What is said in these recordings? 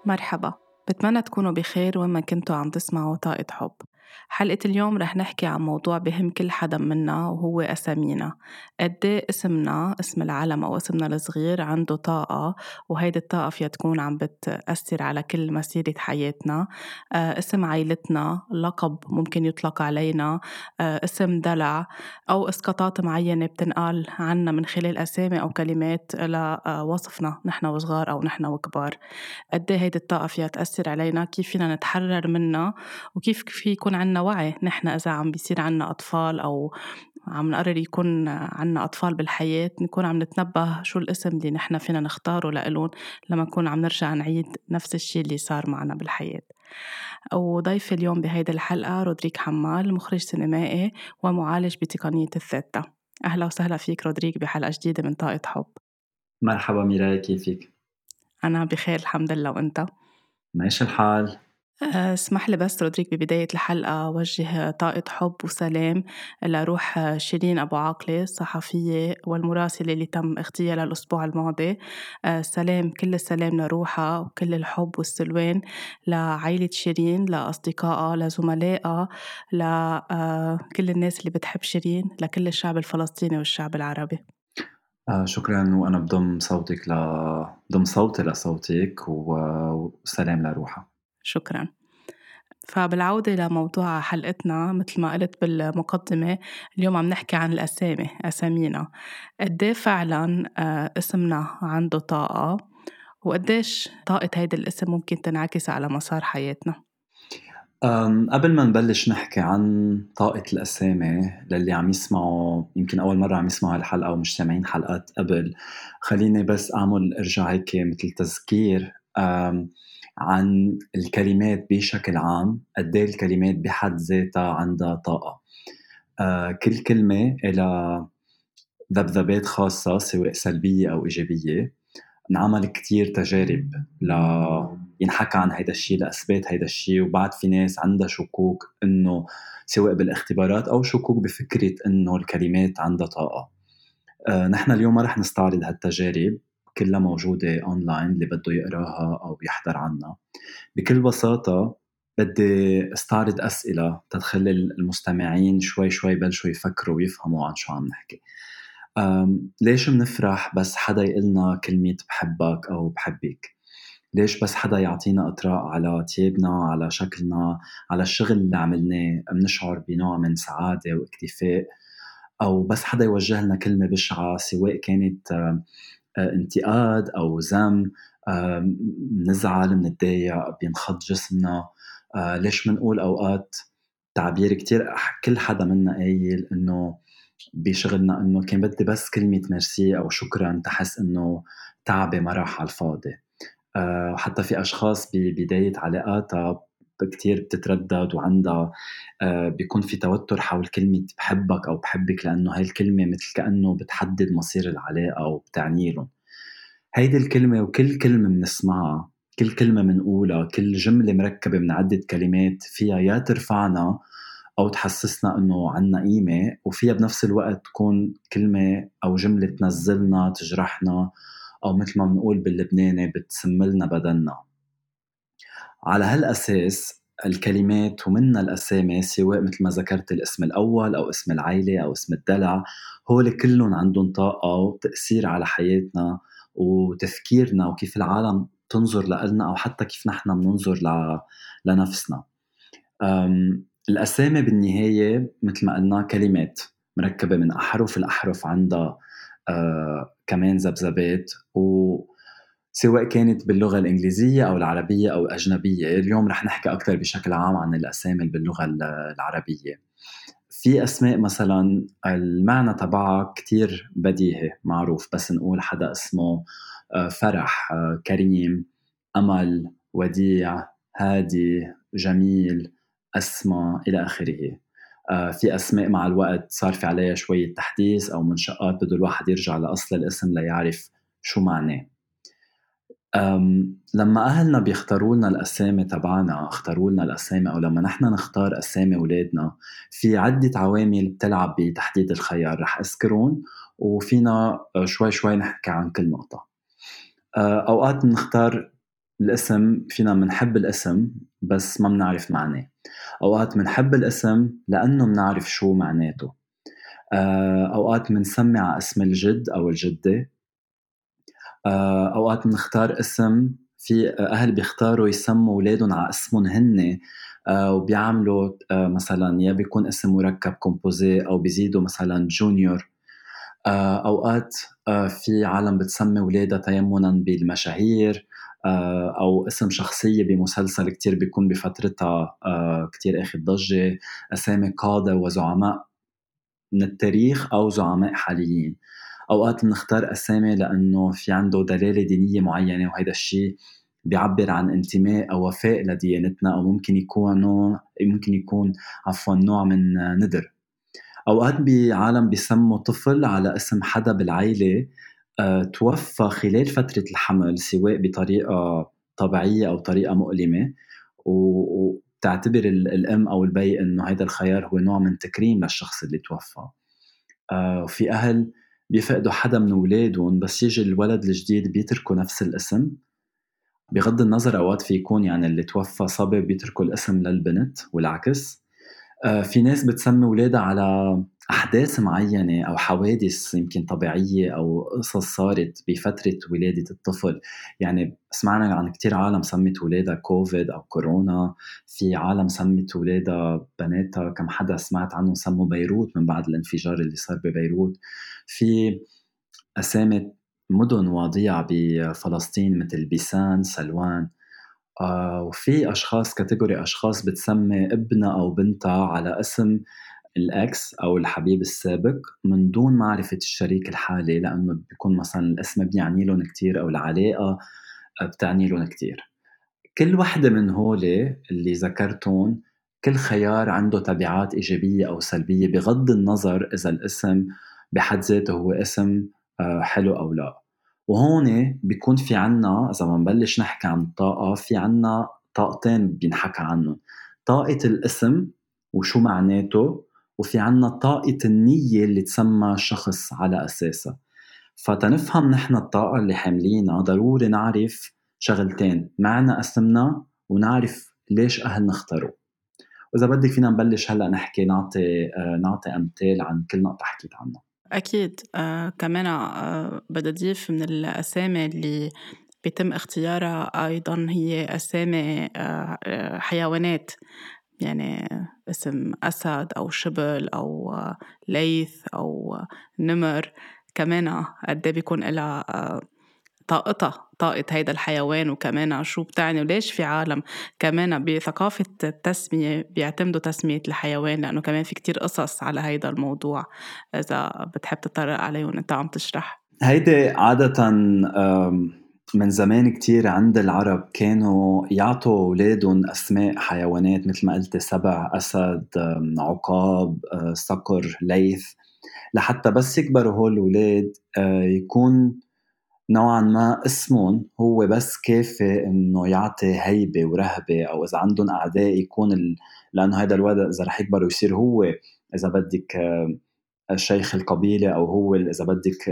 مرحبا، بتمنى تكونوا بخير وين ما كنتوا عم تسمعوا طاقة حب. حلقة اليوم رح نحكي عن موضوع بهم كل حدا منا وهو أسامينا. قديه اسمنا، اسم العلم أو اسمنا الصغير عنده طاقة، وهيدي الطاقة فيها تكون عم بتأثر على كل مسيرة حياتنا. اسم عائلتنا، لقب ممكن يطلق علينا، اسم دلع، أو إسقاطات معينة بتنقال عنا من خلال أسامي أو كلمات لوصفنا نحن وصغار أو نحن وكبار. قد ايه هيدي الطاقة فيها تأثر علينا، كيف فينا نتحرر منها، وكيف في يكون عنا وعي نحن إذا عم بيصير عنا أطفال أو عم نقرر يكون عنا أطفال بالحياة، نكون عم نتنبه شو الاسم اللي نحن فينا نختاره لإلون لما نكون عم نرجع نعيد نفس الشي اللي صار معنا بالحياة. وضيف اليوم بهيدي الحلقة رودريك حمال، مخرج سينمائي ومعالج بتقنية الثيتا. أهلا وسهلا فيك رودريك بحلقة جديدة من طاقة حب. مرحبا ميراي، كيفك؟ أنا بخير الحمد لله، وأنت؟ ماشي الحال. اسمح لي بس رودريك ببداية الحلقة وجه طاقة حب وسلام لروح شيرين أبو عاقلة، الصحفية والمراسلة اللي تم اغتيالها الأسبوع الماضي. سلام، كل السلام لروحها وكل الحب والسلوان لعائلة شيرين، لأصدقائها، لزملائها، لكل الناس اللي بتحب شيرين، لكل الشعب الفلسطيني والشعب العربي. شكرا، وأنا ضم صوتي لصوتك وسلام لروحها. شكراً. فبالعودة لموضوع حلقتنا، مثل ما قلت بالمقدمة، اليوم عم نحكي عن الأسامي، أسامينا. قديه فعلاً اسمنا عنده طاقة، وقديش طاقة هيدا الاسم ممكن تنعكس على مسار حياتنا. قبل ما نبلش نحكي عن طاقة الأسامي للي عم يسمعوا، يمكن أول مرة عم يسمعوا هالحلقة ومش سامعين حلقات قبل، خليني بس أرجع هيك مثل تذكير عن الكلمات بشكل عام. قديه الكلمات بحد ذاتها عندها طاقة. كل كلمة إلها ذبذبات خاصة، سواء سلبية أو إيجابية. انعمل كتير تجارب ينحكى عن هيدا الشيء لأثبات هيدا الشيء، وبعد في ناس عندها شكوك إنه سواء بالاختبارات أو شكوك بفكرة إنه الكلمات عندها طاقة. نحن اليوم ما رح نستعرض هالتجارب، كلها موجودة أونلاين، اللي بده يقراها أو يحضر عنها. بكل بساطة بدي استعرض أسئلة تتخلي المستمعين شوي شوي بلشوا يفكروا ويفهموا عن شو عم نحكي. ليش منفرح بس حدا يقلنا كلمة بحبك أو بحبك؟ ليش بس حدا يعطينا إطراء على تيابنا، على شكلنا، على الشغل اللي عملناه منشعر بنوع من سعادة واكتفاء؟ أو بس حدا يوجه لنا كلمة بشعة، سواء كانت انتقاد أو ذم، منزعل، منتضايق، بينخض جسمنا. ليش منقول أوقات تعبير كتير كل حدا منا قايل إنه بشغلنا إنه كان بدي بس كلمة ميرسي أو شكرا تحس إنه تعبي ما راح على الفاضي. حتى في أشخاص ببداية علاقاتها كتير بتتردد وعندها بيكون في توتر حول كلمة بحبك أو بحبك، لأنه هاي الكلمة مثل كأنه بتحدد مصير العلاقة وبتعني لهم. هيدي الكلمة وكل كلمة منسمعها، كل كلمة منقولها، كل جملة مركبة من عدة كلمات فيها يا ترفعنا أو تحسسنا إنه عنا قيمة، وفيها بنفس الوقت تكون كلمة أو جملة تنزلنا، تجرحنا، أو مثل ما بنقول باللبناني بتسملنا بدننا. على هالأساس الكلمات ومنها الأسامي، سواء مثل ما ذكرت الاسم الأول أو اسم العيلة أو اسم الدلع، هول كلهم عندهم طاقة وتأثير على حياتنا وتفكيرنا وكيف العالم تنظر لنا، أو حتى كيف نحن مننظر لنفسنا. الأسامي بالنهاية مثل ما قلنا كلمات مركبة من أحرف، الأحرف عندها كمان ذبذبات، سواء كانت باللغة الإنجليزية أو العربية أو الأجنبية. اليوم رح نحكي أكثر بشكل عام عن الأسامي باللغة العربية. في أسماء مثلا المعنى تبعها كتير بديهي معروف، بس نقول حدا اسمه فرح، كريم، أمل، وديع، هادي، جميل، أسمى، إلى آخره. في أسماء مع الوقت صار في عليها شوية تحديث أو منشآت، بده الواحد يرجع لأصل الاسم ليعرف شو معناه. لما أهلنا بيختاروا لنا الأسامي تبعنا، اختاروا لنا الأسامي، أو لما نحن نختار أسامي أولادنا، في عدة عوامل بتلعب بتحديد الخيار، رح أذكرون وفينا شوي شوي نحكي عن كل نقطة. أوقات نختار الاسم فينا منحب الاسم بس ما منعرف معناه. أوقات منحب الاسم لأنه منعرف شو معناته. أوقات منسمي على اسم الجد أو الجدة. أوقات منختار اسم، في أهل بيختاروا يسموا أولادهم على اسمهم هن، وبيعملوا مثلا يا بيكون اسم مركب كومبوزي أو بيزيدوا مثلا جونيور. أوقات في عالم بتسمي ولادها تيمنا بالمشاهير، أو اسم شخصية بمسلسل كتير بيكون بفترتها كتير أخذ ضجة، أسامي قادة وزعماء من التاريخ أو زعماء حاليين. أوقات بنختار أسامي لأنه في عنده دلالة دينية معينة، وهذا الشيء بيعبر عن انتماء أو وفاء لديانتنا، أو ممكن يكون عفوا نوع من نذر. أوقات بعالم بيسموا طفل على اسم حدا بالعيلة توفى خلال فترة الحمل، سواء بطريقة طبيعية أو طريقة مؤلمة، وتعتبر الأم أو البي إنه هذا الخيار هو نوع من تكريم للشخص اللي توفى. وفي أهل بيفقدوا حدا من أولادهم، بس يجي الولد الجديد بيتركوا نفس الاسم. بغض النظر أوقات في يكون يعني اللي توفى صبي بيتركوا الاسم للبنت والعكس. في ناس بتسمي ولادها على أحداث معينة أو حوادث يمكن طبيعية أو قصص صارت بفترة ولادة الطفل. يعني سمعنا عن كتير عالم سمت ولادها كوفيد أو كورونا. في عالم سمت ولادها بناتها، كم حدا سمعت عنه سموا بيروت من بعد الانفجار اللي صار ببيروت. في أسامي مدن واضية بفلسطين مثل بيسان، سلوان. وفي أشخاص كاتيجوري أشخاص بتسمي ابنها أو بنتها على اسم الأكس أو الحبيب السابق من دون معرفة الشريك الحالي، لأنه بيكون مثلا الاسم بيعني لهم كتير أو العلاقة بتعني لهم كتير. كل وحدة من هولي اللي ذكرتون، كل خيار عنده تبعات إيجابية أو سلبية بغض النظر إذا الاسم بحد ذاته هو اسم حلو أو لا. وهون بيكون في عنا، إذا ما نبلش نحكي عن الطاقة، في عنا طاقتين بينحكى عنهم: طاقة الاسم وشو معناته، وفي عنا طاقة النية اللي تسمى الشخص على أساسها. فتنفهم نحن الطاقة اللي حاملينها ضروري نعرف شغلتين: معنى اسمنا، ونعرف ليش أهلنا اختاروا. وإذا بدك فينا نبلش هلأ نحكي، نعطي أمثال عن كل نقطة حكيت عنها. أكيد. كمان بدي أضيف من الأسامي اللي بيتم اختيارها أيضا هي أسامي حيوانات، يعني اسم أسد أو شبل أو ليث أو نمر. كمان قد بيكون لها طاقة هيدا الحيوان، وكمان شو بتعني وليش في عالم كمان بثقافة التسمية بيعتمدوا تسمية الحيوان، لأنه كمان في كتير قصص على هيدا الموضوع إذا بتحب تطرق عليه وانت عم تشرح. هيدي عادة من زمان كتير عند العرب كانوا يعطوا أولادهم أسماء حيوانات، مثل ما قلت: سبع، أسد، عقاب، صقر، ليث، لحتى بس يكبروا هول الأولاد يكون نوعا ما اسمهم هو بس كافي انه يعطي هيبة ورهبة، او اذا عندهم اعداء يكون لانه هذا الولد اذا رح يكبر ويصير هو، اذا بدك، شيخ القبيلة، او هو اذا بدك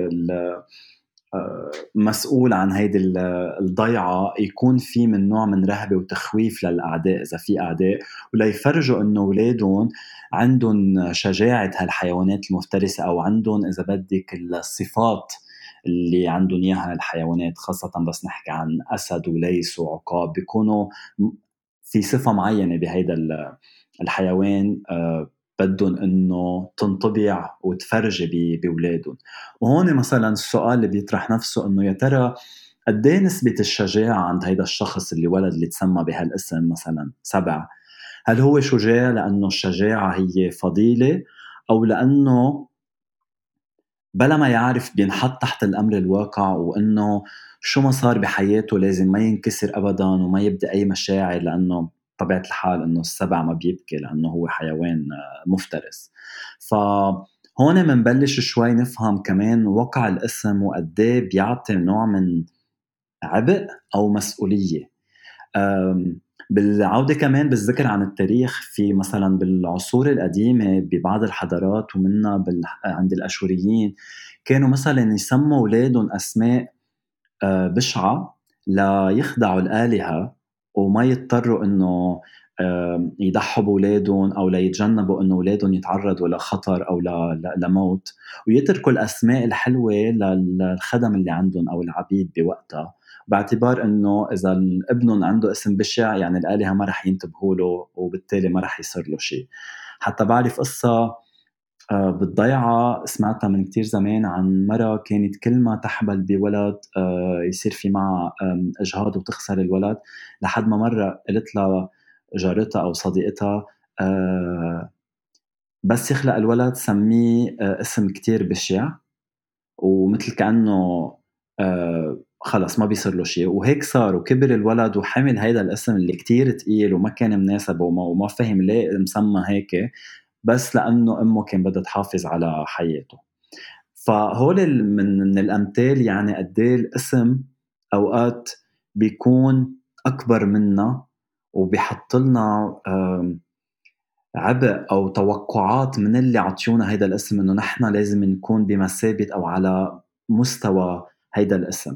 مسؤول عن هيدي الضيعة، يكون في من نوع من رهبة وتخويف للأعداء إذا في أعداء، ولا يفرجوا إنه أولادهم عندهم شجاعة هالحيوانات المفترسة، أو عندهم إذا بدك الصفات اللي عندهم إياها الحيوانات، خاصة بس نحكي عن أسد وليس وعقاب، بيكونوا في صفة معينة بهيدا الحيوان بدهم انه تنطبع وتفرجي بولادهم. وهون مثلا السؤال اللي بيطرح نفسه انه يا ترى قد ايه نسبة الشجاعة عند هيدا الشخص اللي ولد اللي تسمى بهالاسم مثلا سبع؟ هل هو شجاع لأنه الشجاعة هي فضيلة، أو لأنه بلا ما يعرف بينحط تحت الأمر الواقع، وإنه شو ما صار بحياته لازم ما ينكسر أبدا وما يبدأ أي مشاعر، لأنه طبيعة الحال إنه السبع ما بيبكي لأنه هو حيوان مفترس. فهون منبلش شوي نفهم كمان وقع الاسم وقديه بيعطي نوع من عبء أو مسؤولية. بالعودة كمان بالذكر عن التاريخ، في مثلا بالعصور القديمة ببعض الحضارات ومنها عند الأشوريين كانوا مثلا يسموا أولادهم أسماء بشعة لا يخدعوا الآلهة وما يضطروا إنه يضحوا بولادهم أو لا يتجنبوا إنه أولادهم يتعرضوا لخطر أو لموت، ويتركوا الأسماء الحلوة للخدم اللي عندهم أو العبيد بوقتها، باعتبار إنه إذا ابنهم عنده اسم بشع يعني الآلهة ما رح ينتبهوا له وبالتالي ما رح يصير له شيء. حتى بعرف قصة بالضيعة سمعتها من كتير زمان عن مرة كانت كل ما تحبل بولد يصير في معها إجهاض وتخسر الولد، لحد ما مرة قلت لها جارتها أو صديقتها بس يخلق الولد سميه اسم كتير بشع ومثل كأنه خلص ما بيصير له شيء، وهيك صار وكبر الولد وحمل هيدا الاسم اللي كتير تقيل وما كان مناسب وما فهم ليه مسمى هيك، بس لأنه أمه كان بدها تحافظ على حياته. فهول من الأمثال يعني قديه الاسم أوقات بيكون أكبر منا وبيحط لنا عبء أو توقعات من اللي عطيونا هيدا الاسم إنه نحن لازم نكون بمثابة أو على مستوى هيدا الاسم.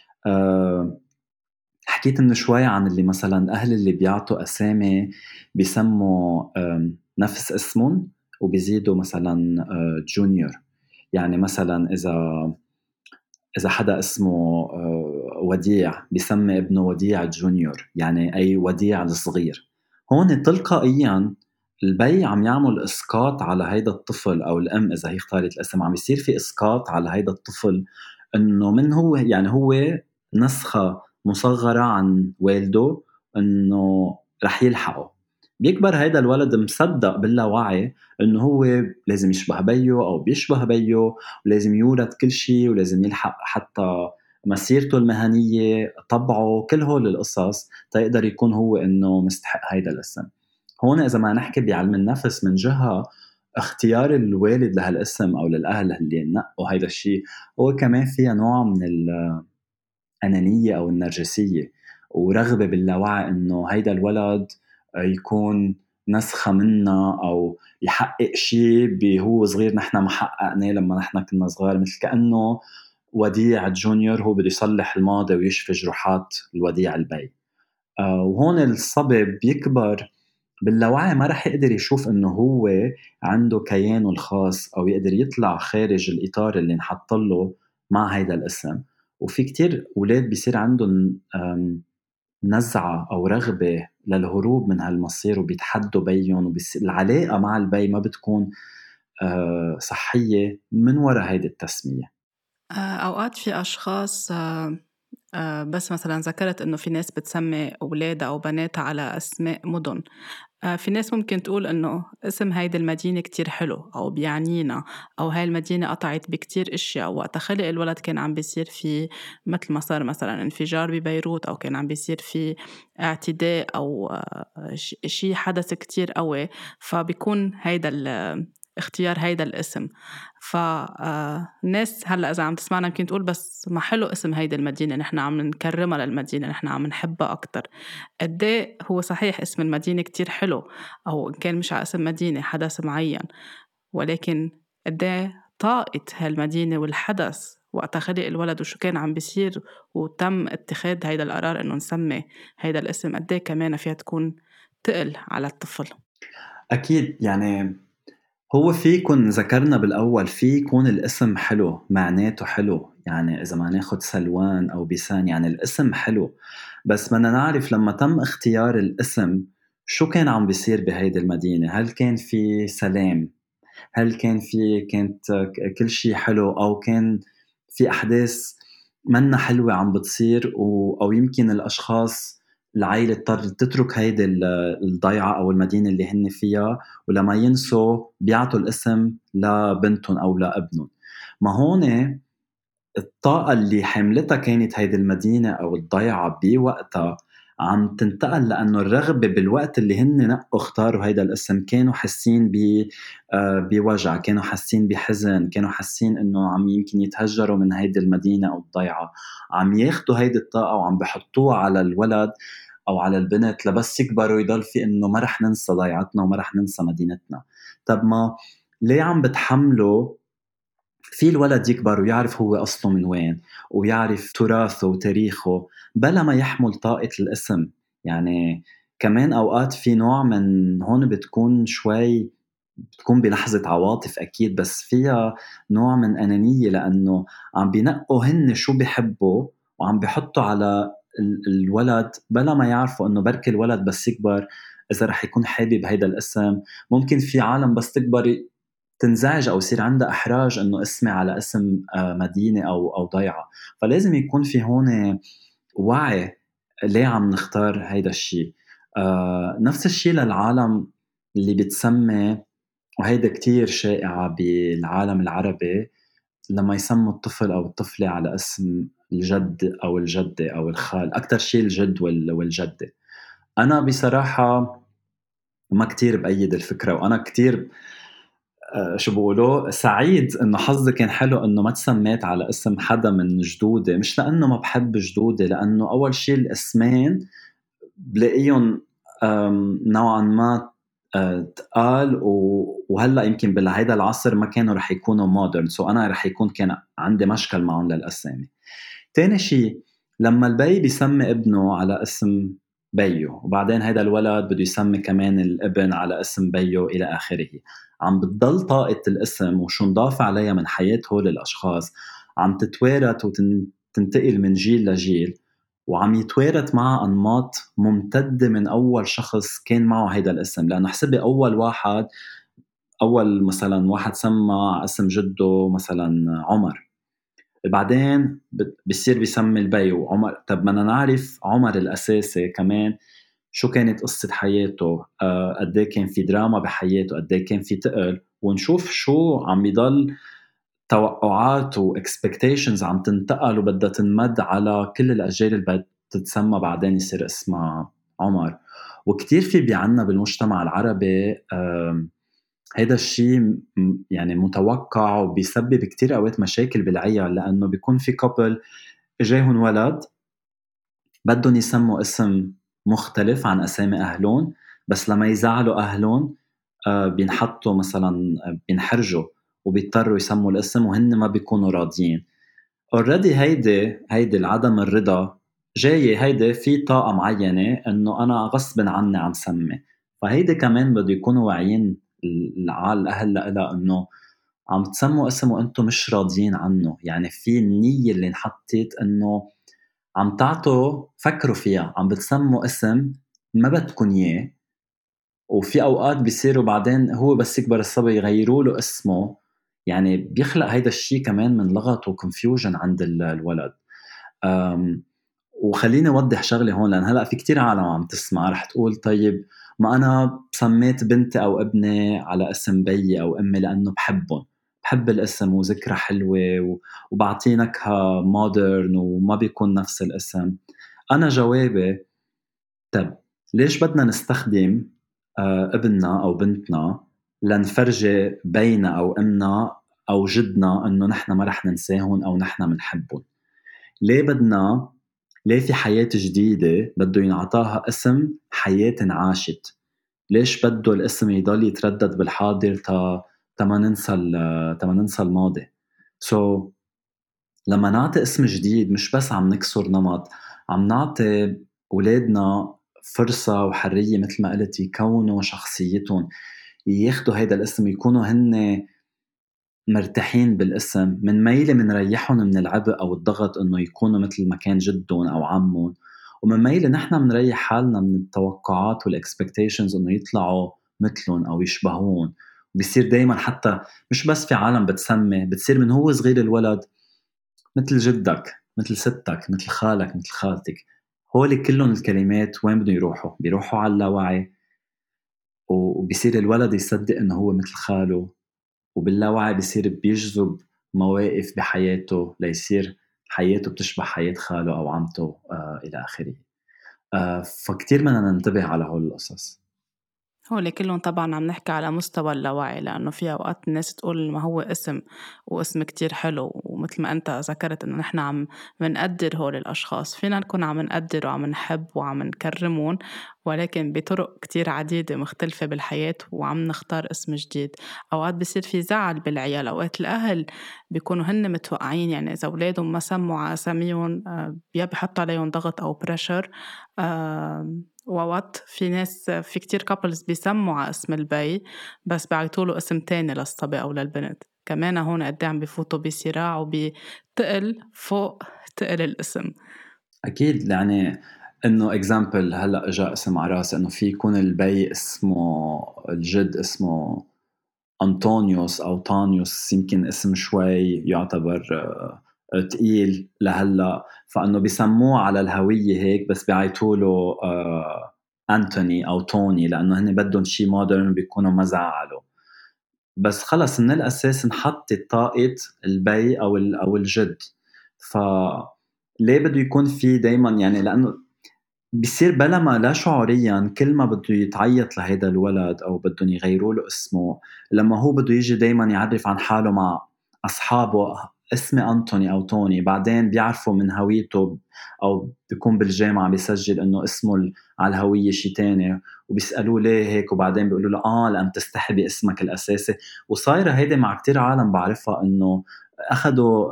حكيت من شوي عن اللي مثلا أهل اللي بيعطوا أسامي بيسموا نفس اسمهم وبيزيدوا مثلا جونيور، يعني مثلا إذا حدا اسمه وديع بيسمي ابنه وديع جونيور، يعني أي وديع الصغير. هون تلقائيا البي عم يعمل إسقاط على هيدا الطفل أو الأم إذا هي اختارت الاسم، عم يصير في إسقاط على هيدا الطفل إنه من هو، يعني هو نسخة مصغرة عن والده، إنه رح يلحقه. بيكبر هيدا الولد مصدق باللاوعي إنه هو لازم يشبه بيه أو بيشبه بيه ولازم يورث كل شيء ولازم يلحق حتى مسيرته المهنية، طبعه، كل هول القصص تيقدر يكون هو إنه مستحق هيدا الاسم. هون إذا ما نحكي بعلم النفس من جهة اختيار الوالد لهالاسم أو للأهل اللي نقوا هيدا الشيء، هو كمان فيها نوع من الأنانية أو النرجسية ورغبة باللاوعي إنه هيدا الولد يكون نسخة منا أو يحقق شيء هو صغير نحن ما حققناه لما نحن كنا صغار، مثل كأنه وديع جونيور هو بده يصلح الماضي ويشفي جروحات الوديع البي. وهون الصبي بيكبر باللاوعي ما رح يقدر يشوف انه هو عنده كيانه الخاص او يقدر يطلع خارج الاطار اللي انحط له مع هيدا الاسم. وفي كتير اولاد بيصير عندهم نزعة او رغبة للهروب من هالمصير وبيتحدوا بيهم العلاقة مع البي ما بتكون صحية من وراء هيدي التسمية. أوقات في أشخاص بس مثلا ذكرت إنه في ناس بتسمي أولادها أو بناتها على أسماء مدن. في ناس ممكن تقول إنه اسم هيدي المدينة كتير حلو أو بيعنينا، أو هاي المدينة قطعت بكتير إشياء وقت خلق الولد كان عم بيصير في مثل ما صار مثلا انفجار ببيروت أو كان عم بيصير في اعتداء أو شي حدث كتير قوي، فبيكون هيدا اختيار هيدا الاسم. فالناس هلأ إذا عم تسمعنا يمكن تقول بس ما حلو اسم هيدا المدينة، نحن عم نكرمها للمدينة، نحن عم نحبها أكتر. قديه هو صحيح اسم المدينة كتير حلو، أو إن كان مش على اسم مدينة حدث معين، ولكن قديه طاقة هالمدينة والحدث وقت خلق الولد وشو كان عم بيصير وتم اتخاذ هيدا القرار إنه نسمي هيدا الاسم، قديه كمان فيها تكون تقل على الطفل. أكيد، يعني هو في يكون ذكرنا بالأول في يكون الاسم حلو معناته حلو، يعني إذا ما ناخد سلوان أو بيسان يعني الاسم حلو، بس بدنا نعرف لما تم اختيار الاسم شو كان عم بيصير بهيدي المدينة. هل كان في سلام؟ هل كانت كل شيء حلو، أو كان في أحداث منا حلوة عم بتصير أو يمكن الأشخاص العائلة اضطرت تترك هيدي الضيعة أو المدينة اللي هن فيها، ولما ينسوا بيعطوا الاسم لبنتهم أو لابنهم. ما هون الطاقة اللي حملتها كانت هيدي المدينة أو الضيعة بوقتها عم تنتقل، لأنه الرغبة بالوقت اللي هن نقوا اختاروا هيدا الاسم كانوا حاسين بوجع، كانوا حاسين بحزن، كانوا حاسين إنه عم يمكن يتهجروا من هيدي المدينة أو الضيعة، عم ياخدوا هيدي الطاقة وعم بحطوها على الولد أو على البنت لبس يكبروا يضل في إنه ما رح ننسى ضيعتنا وما رح ننسى مدينتنا. طب ما ليه عم بتحملوا في الولد يكبر ويعرف هو أصله من وين، ويعرف تراثه وتاريخه بلا ما يحمل طاقة الاسم. يعني كمان أوقات في نوع من هون بتكون شوي، بتكون بلحظة عواطف أكيد، بس فيها نوع من أنانية، لأنه عم بينقوا هن شو بيحبوا وعم بيحطوا على الولد بلا ما يعرفوا إنه بركي الولد بس يكبر إذا رح يكون حابب هيدا الاسم. ممكن في عالم بس تكبر تنزعج أو يصير عندها إحراج إنه اسمي على اسم مدينة أو ضيعة. فلازم يكون في هون وعي ليه عم نختار هيدا الشيء. نفس الشيء للعالم اللي بتسمي، وهيدا كتير شائعة بالعالم العربي، لما يسموا الطفل أو الطفلة على اسم الجد أو الجدة أو الخال، أكتر شيء الجد والجدة. أنا بصراحة ما كتير بأيد الفكرة، وأنا كتير شو بقولوا سعيد انه حظي كان حلو انه ما تسميت على اسم حدا من جدودي، مش لانه ما بحب جدودي، لانه اول شيء الاسمين بلاقيهم نوعا ما تقال، وهلا يمكن بهيدا العصر ما كانوا رح يكونوا مودرن، سو انا رح يكون كان عندي مشكل معهم للاسامي. تاني شيء، لما البي بيسمي ابنه على اسم بيو، وبعدين هيدا الولد بده يسمي كمان الابن على اسم بيو إلى آخره، عم بتضل طاقة الاسم وشو نضاف عليها من حياة هول الأشخاص عم تتوارث وتنتقل من جيل لجيل، وعم يتوارث معها أنماط ممتدة من أول شخص كان معه هيدا الاسم. لأنه حسبي أول مثلا واحد سمى اسم جده مثلا عمر، بعدين بصير بيسمي البي وعمر. طب بدنا نعرف عمر الأساسي كمان شو كانت قصة حياته، قد ايه كان في دراما بحياته، قد ايه كان في تقل، ونشوف شو عم يضل توقعات واكسبكتيشنز عم تنتقل وبدها تنمد على كل الأجيال اللي بدها تتسمى بعدين يصير اسمها عمر. وكتير في بعنا بالمجتمع العربي هيدا الشيء يعني متوقع، وبيسبب كتير اوقات مشاكل بالعيال، لانه بيكون في كابل اجاهم ولد بدهم يسموا اسم مختلف عن اسامي اهلهم، بس لما يزعلوا اهلهم بينحطوا مثلا بينحرجوا وبيضطروا يسموا الاسم وهن ما بيكونوا راضيين. اوريدي هيدي العدم الرضا جاي، هيدي في طاقة معينة انه انا غصب عني عم سمي. فهيدي كمان بده يكونوا واعيين الاهل لها، انه عم تسموا اسم وانتم مش راضيين عنه. يعني في النية اللي انحطت انه عم تعطوا، فكروا فيها، عم بتسموا اسم ما بدكن اياه، وفي اوقات بيصيروا بعدين هو بس يكبر الصبي يغيروا له اسمه. يعني بيخلق هيدا الشيء كمان من لغط وكونفيوجن عند الولد. وخليني أوضح شغلة هون، لأن هلأ في كتير عالم عم تسمع رح تقول طيب ما أنا سميت بنتي أو ابني على اسم بيي أو أمي لأنه بحب الاسم وذكرى حلوة وبعطيه نكهة مودرن وما بيكون نفس الاسم. أنا جوابي، طب ليش بدنا نستخدم ابننا أو بنتنا لنفرجي بينا أو أمنا أو جدنا إنه نحن ما رح ننساهم أو نحن منحبهم؟ ليه في حياة جديدة بده ينعطاها اسم حياة انعاشت؟ ليش بده الاسم يضل يتردد بالحاضر تا ما ننسى الماضي؟ سو لما نعطي اسم جديد مش بس عم نكسر نمط، عم نعطي أولادنا فرصة وحرية مثل ما قلت يكونوا شخصيتهم، ياخدوا هيدا الاسم، يكونوا هن مرتاحين بالاسم، من ميلة منريحهم من العبء أو الضغط إنه يكونوا مثل ما كان جدهم أو عمهم، ومن ميلة نحن منريح حالنا من التوقعات والإكسبكتيشنز إنه يطلعوا مثلهم أو يشبهون. بيصير دايما حتى مش بس في عالم بتسمي، بتصير من هو صغير الولد مثل جدك، مثل ستك، مثل خالك، مثل خالتك. هول كلهم الكلمات وين بدهم يروحوا؟ بيروحوا على اللاوعي، وبيصير الولد يصدق إنه هو مثل خاله، وباللاوعي بيصير بيجذب مواقف بحياته ليصير حياته بتشبه حياة خاله أو عمته إلى آخره. فكتير بدنا ننتبه على هول القصص. هول كلّن طبعًا عم نحكي على مستوى اللاوعي، لإنه في أوقات الناس تقول ما هو اسم واسم كتير حلو، ومتل ما أنت ذكرت إنه نحن عم منقدّر هول الأشخاص، فينا نكون عم نقدّر وعم نحب وعم نكرّمون، ولكن بطرق كتير عديدة مختلفة بالحياة وعم نختار اسم جديد. أوقات بيصير في زعل بالعيال، أوقات الأهل بيكونوا هن متوقعين، يعني إذا ولادهم ما سمّوا على أساميهم يا بيحطّوا عليهم ضغط أو pressure. وأوقات في ناس، في كتير couples بيسمّوا على اسم البي بس بيعيطوا له اسم تاني للصبي أو للبنت، كمان هون قد إيه عم بفوتوا بصراع وبتقل فوق تقل الاسم. أكيد يعني إنه example هلأ إجا اسم على راسي إنه في يكون البي اسمه الجد اسمه أنطونيوس أو طانيوس، يمكن اسم شوي يعتبر تقيل لهلأ، فإنه بيسموه على الهوية هيك بس بيعيطوا له أنتوني أو توني لأنه هن بدهم شي مودرن بيكونوا ما زعلوا. بس خلص من الأساس انحطت طاقة البي أو الجد، فليه بده يكون في دايما يعني لأنه بيصير بلا ما لا شعوريا كل ما بده يتعيط لهيدا الولد أو بدهم يغيروا له اسمه، لما هو بده يجي دايما يعرف عن حاله مع أصحابه اسمي أنتوني أو توني، بعدين بيعرفوا من هويته أو بيكون بالجامعة بيسجل إنه اسمه على الهوية شي تاني، وبيسألوه ليه هيك، وبعدين بيقولوا له لأن تستحي باسمك الأساسي. وصايرة هيدي مع كتير عالم بعرفها إنه أخدوا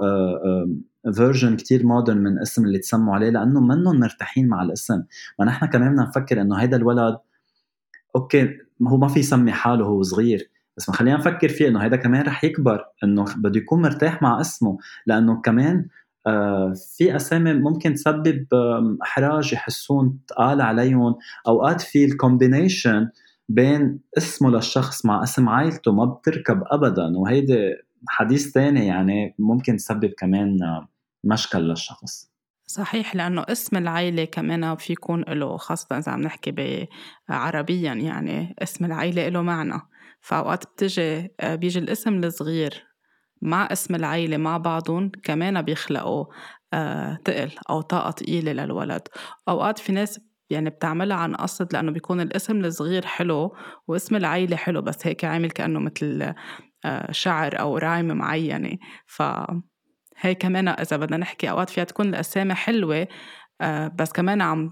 فيرجن كتير مودرن من اسم اللي تسموا عليه لأنه منهم مرتاحين مع الاسم. ما نحن كمان بدنا نفكر إنه هيدا الولد أوكي هو ما في يسمي حاله هو صغير، بس ما خلينا نفكر فيه إنه هيدا كمان رح يكبر إنه بده يكون مرتاح مع اسمه، لأنه كمان في أسامي ممكن تسبب إحراج يحسون تقال عليهم. أوقات في الكومبينيشن بين اسمه للشخص مع اسم عائلته ما بتركب أبدا، وهيدي حديث تاني يعني ممكن تسبب كمان مشكل للشخص. صحيح، لأنه اسم العيلة كمان في يكون له، خاصة إذا عم نحكي عربيًا، يعني اسم العيلة له معنى، فأوقات بيجي الاسم الصغير مع اسم العيلة مع بعضهم كمان بيخلقوا تقل أو طاقة تقيلة للولد. أوقات في ناس يعني بتعملها عن قصد، لأنه بيكون الاسم الصغير حلو واسم العيلة حلو، بس هيك عامل كأنه مثل شعر أو رايم معينة. فهي كمان إذا بدنا نحكي أوقات فيها تكون الأسامي حلوة بس كمان عم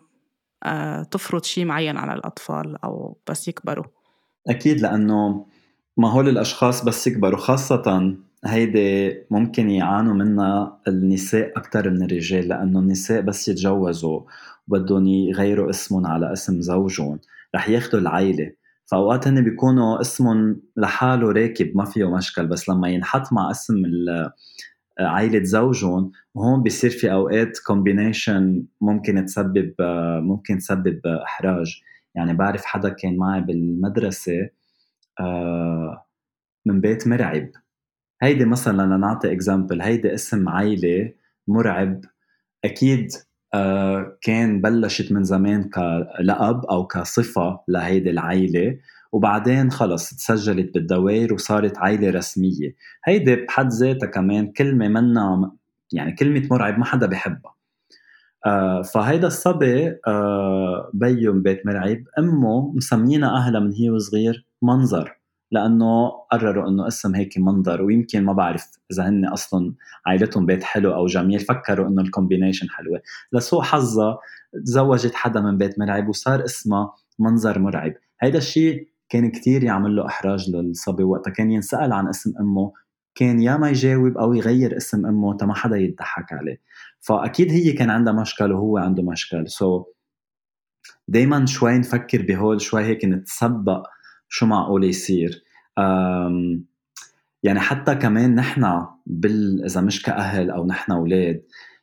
تفرض شي معين على الأطفال أو بس يكبروا. أكيد لأنه ما هول الأشخاص بس يكبروا خاصة هيدي ممكن يعانوا منها النساء أكتر من الرجال، لأنه النساء بس يتجوزوا وبدهم يغيروا اسمهم على اسم زوجهم رح ياخدوا العيلة، فأوقات هن بيكونوا اسمهم لحاله راكب ما فيه مشكل، بس لما ينحط مع اسم عيلة زوجهم هون بيصير في أوقات كومبينيشن ممكن تسبب إحراج. يعني بعرف حدا كان معي بالمدرسة من بيت مرعب، هيدي مثلا لنعطي اكزامبل هيدي اسم عيلة مرعب. أكيد كان بلشت من زمان كلقب أو كصفة لهيدي العيلة، وبعدين خلص تسجلت بالدوائر وصارت عيلة رسمية. هيدي بحد ذاتها كمان كلمة منا، يعني كلمة مرعب ما حدا بيحبها. فهيدا الصبي بيو من بيت مرعب، أمه مسمينا أهلا من هي وصغير منظر، لأنه قرروا أنه اسم هيك منظر، ويمكن ما بعرف إذا هن أصلا عائلتهم بيت حلو أو جميل فكروا أنه الكومبينيشن حلوة، لسوء حظها تزوجت حدا من بيت مرعب وصار اسمها منظر مرعب. هيدا الشيء كان كتير يعمل له إحراج للصبي، وقتها كان ينسأل عن اسم أمه كان يا ما يجاوب أو يغير اسم أمه تما حدا يضحك عليه. فأكيد هي كان عندها مشكل وهو عنده مشكل، دايما شوي نفكر بهول، شوي هيك نتسبق شو معقول يصير. يعني حتى كمان نحنا إذا مش كأهل أو نحنا أولاد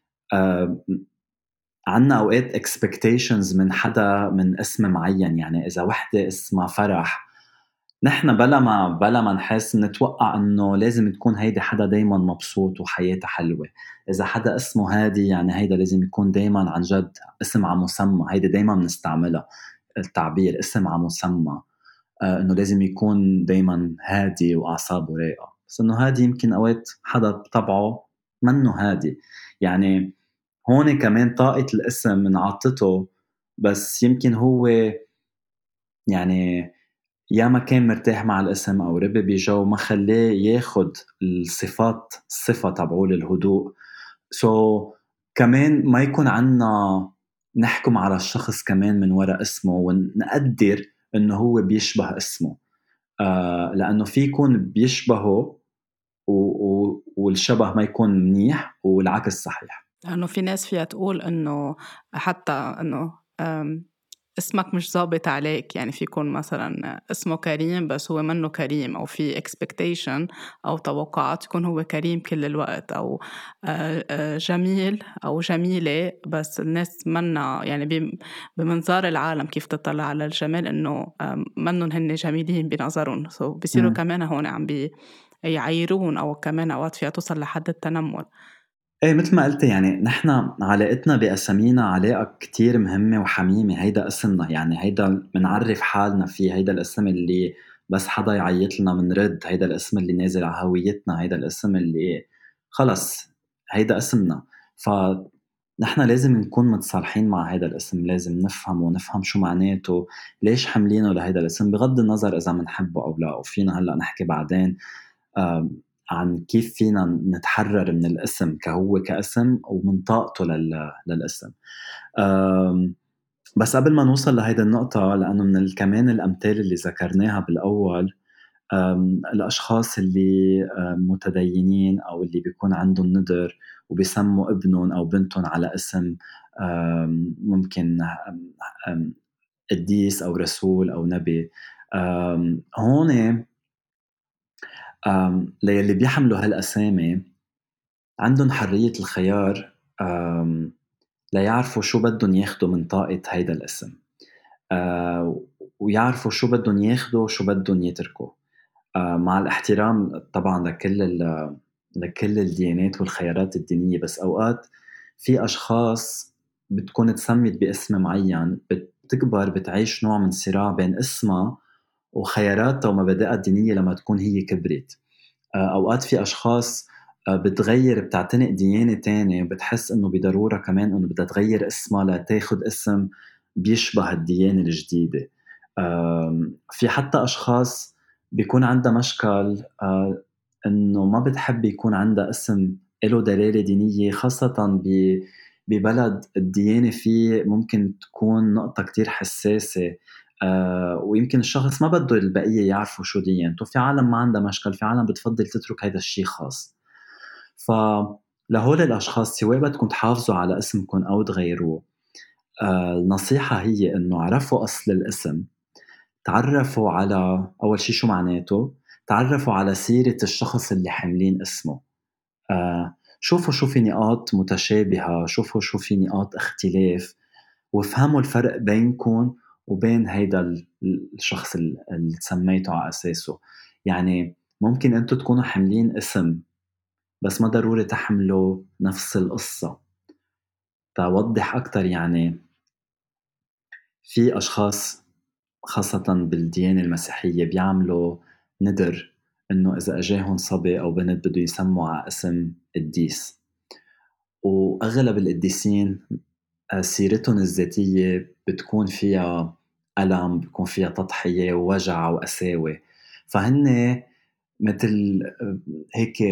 عنا أوقات expectations من حدا من اسم معين. يعني إذا وحدة اسمها فرح، نحن بلا ما نحس نتوقع انه لازم تكون هيدي حدا دايما مبسوط وحياته حلوة. اذا حدا اسمه هادي يعني هيدا لازم يكون دايما عن جد اسم على مسمى، هيدي دايما بنستعملها التعبير اسم على مسمى. انه لازم يكون دايما هادي واعصابه رايقة، بس انه هادي يمكن اوقات حدا بطبعه منه هادي. يعني هون كمان طاقة الاسم من عطته، بس يمكن هو يعني يا ما كان مرتاح مع الاسم أو ربي بجو ما خلاه ياخد الصفة تبعول الهدوء. كمان ما يكون عنا نحكم على الشخص كمان من وراء اسمه ونقدر انه هو بيشبه اسمه. لانه في يكون بيشبهه والشبه ما يكون منيح والعكس صحيح. لأنه في ناس فيها تقول إنه حتى إنه اسمك مش ضابط عليك، يعني في يكون مثلا اسمه كريم بس هو منه كريم، أو في expectation أو توقعات يكون هو كريم كل الوقت، أو جميل أو جميلة بس الناس منا يعني بمنظار العالم كيف تطلع على الجمال إنه منن هن جميلين بنظرهم، بيصيروا كمان هون عم يعيرون، أو كمان أوقات فيها توصل لحد التنمر. ايه مثل ما قلت، يعني نحن علاقتنا بأسامينا علاقة كتير مهمة وحميمة. هيدا اسمنا، يعني هيدا منعرف حالنا فيه. هيدا الاسم اللي بس حدا يعيط لنا منرد. هيدا الاسم اللي نازل على هويتنا. هيدا الاسم اللي خلص هيدا اسمنا. فنحن لازم نكون متصالحين مع هيدا الاسم، لازم نفهم ونفهم شو معناته، ليش حملينه لهيدا الاسم، بغض النظر إذا منحبه أو لا. وفينا هلأ نحكي بعدين عن كيف فينا نتحرر من الاسم كهو كاسم ومن طاقته للاسم. بس قبل ما نوصل لهيدا النقطة، لأنه من كمان الأمثال اللي ذكرناها بالأول، الأشخاص اللي متدينين أو اللي بيكون عندهم ندر وبيسموا ابنهم أو بنتهم على اسم ممكن قديس أو رسول أو نبي، هون للي بيحملوا هالأسامي عندهم حرية الخيار ليعرفوا شو بدهم ياخدوا من طاقة هيدا الاسم، ويعرفوا شو بدهم ياخدوا وشو بدهم يتركوا، مع الاحترام طبعا لكل الديانات والخيارات الدينية. بس أوقات في أشخاص بتكون تسميت باسم معين، بتكبر بتعيش نوع من صراع بين اسمها وخياراتها ومبادئها الدينية لما تكون هي كبرت. أوقات في أشخاص بتعتنق ديانة تانية، بتحس إنه بضرورة كمان إنه بدها تغير اسمها لتاخد اسم بيشبه الديانة الجديدة. في حتى أشخاص بيكون عندها مشكل إنه ما بتحب يكون عندها اسم له دلالة دينية، خاصة ببلد الديانة فيه ممكن تكون نقطة كتير حساسة. ويمكن الشخص ما بده البقية يعرفوا شو ديانته. في عالم ما عندها مشكل، في عالم بتفضل تترك هيدا الشيء خاص. فلهول الأشخاص سواء بدكم تحافظوا على اسمكم أو تغيروه، النصيحة هي إنه عرفوا أصل الاسم، تعرفوا على أول شيء شو معناته، تعرفوا على سيرة الشخص اللي حاملين اسمه، شوفوا شو في نقاط متشابهة، شوفوا شو في نقاط اختلاف، وافهموا الفرق بينكم وبين هيدا الشخص اللي تسميته على أساسه. يعني ممكن أنتوا تكونوا حاملين اسم بس ما ضروري تحملوا نفس القصة. توضح أكتر، يعني في أشخاص خاصة بالديانة المسيحية بيعملوا ندر إنه إذا أجاهم صبي أو بنت بده يسموا على اسم قديس، وأغلب القديسين سيرتهم الذاتية بتكون فيها ألم، بتكون فيها تضحية ووجع وقساوة. فهن مثل هيك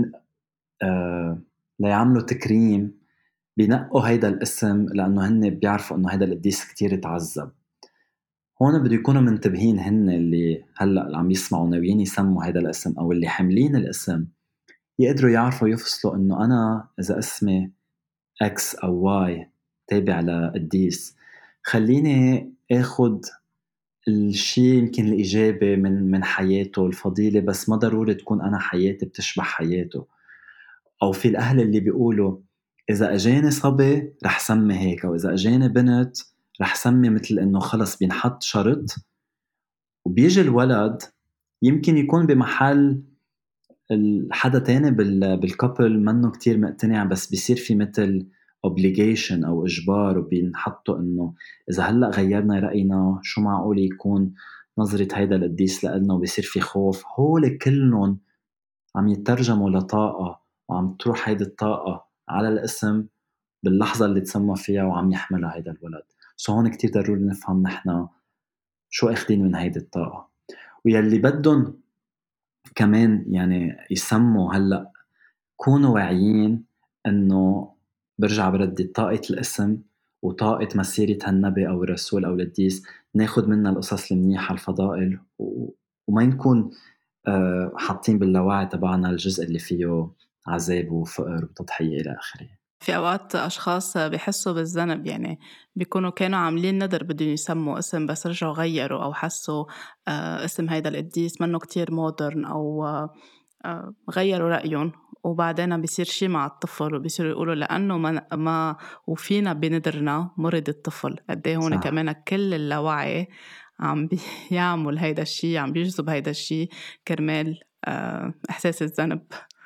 ليعملوا تكريم بينقوا هيدا الاسم، لأنه هن بيعرفوا إنه هيدا القديس كتير تعذب. هون بده يكونوا منتبهين هن اللي هلأ اللي عم يسمعوا ناويين يسموا هيدا الاسم أو اللي حاملين الاسم، يقدروا يعرفوا يفصلوا إنه أنا إذا اسمي X أو Y تابع لقديس، خليني اخد الشيء يمكن الإيجابي من حياته، الفضيلة، بس ما ضروري تكون أنا حياتي بتشبه حياته. أو في الأهل اللي بيقولوا إذا أجاني صبي رح سمي هيك، أو إذا أجاني بنت رح سمي، مثل إنه خلص بينحط شرط وبيجي الولد يمكن يكون بمحل حدا تاني بالكابل منه كتير مقتنع، بس بيصير في مثل obligation أو إجبار، وبينحطوا إنه إذا هلأ غيرنا رأينا شو معقول يكون نظرة هيدا القديس لإلنا، وبيصير في خوف. هول كلهم عم يترجموا لطاقة، وعم تروح هيدي الطاقة على الاسم باللحظة اللي تسمى فيها وعم يحملها هيدا الولد. هون كتير ضروري نفهم نحنا شو أخدين من هيدي الطاقة. ويلي بدهم كمان يعني يسموا هلأ كونوا واعيين إنه برجع بردد طاقة الاسم وطاقة مسيرة هالنبي أو الرسول أو القديس ناخد منها القصص المنيحة الفضائل وما نكون حاطين باللاوعي تبعنا الجزء اللي فيه عذاب وفقر وتضحية إلى آخره. في أوقات أشخاص بيحسوا بالذنب، يعني بيكونوا كانوا عاملين ندر بدهم يسموا اسم بس رجعوا غيروا أو حسوا اسم هيدا القديس منه كتير مودرن أو غيروا رأيهم، وبعدين بيصير شي مع الطفل وبيصيروا يقولوا لأنه ما وفينا بندرنا مرض الطفل. قديه هون صح. كمان كل اللاوعي عم بيعمل هيدا الشي، عم بيجذب هيدا الشي كرمال إحساس الذنب.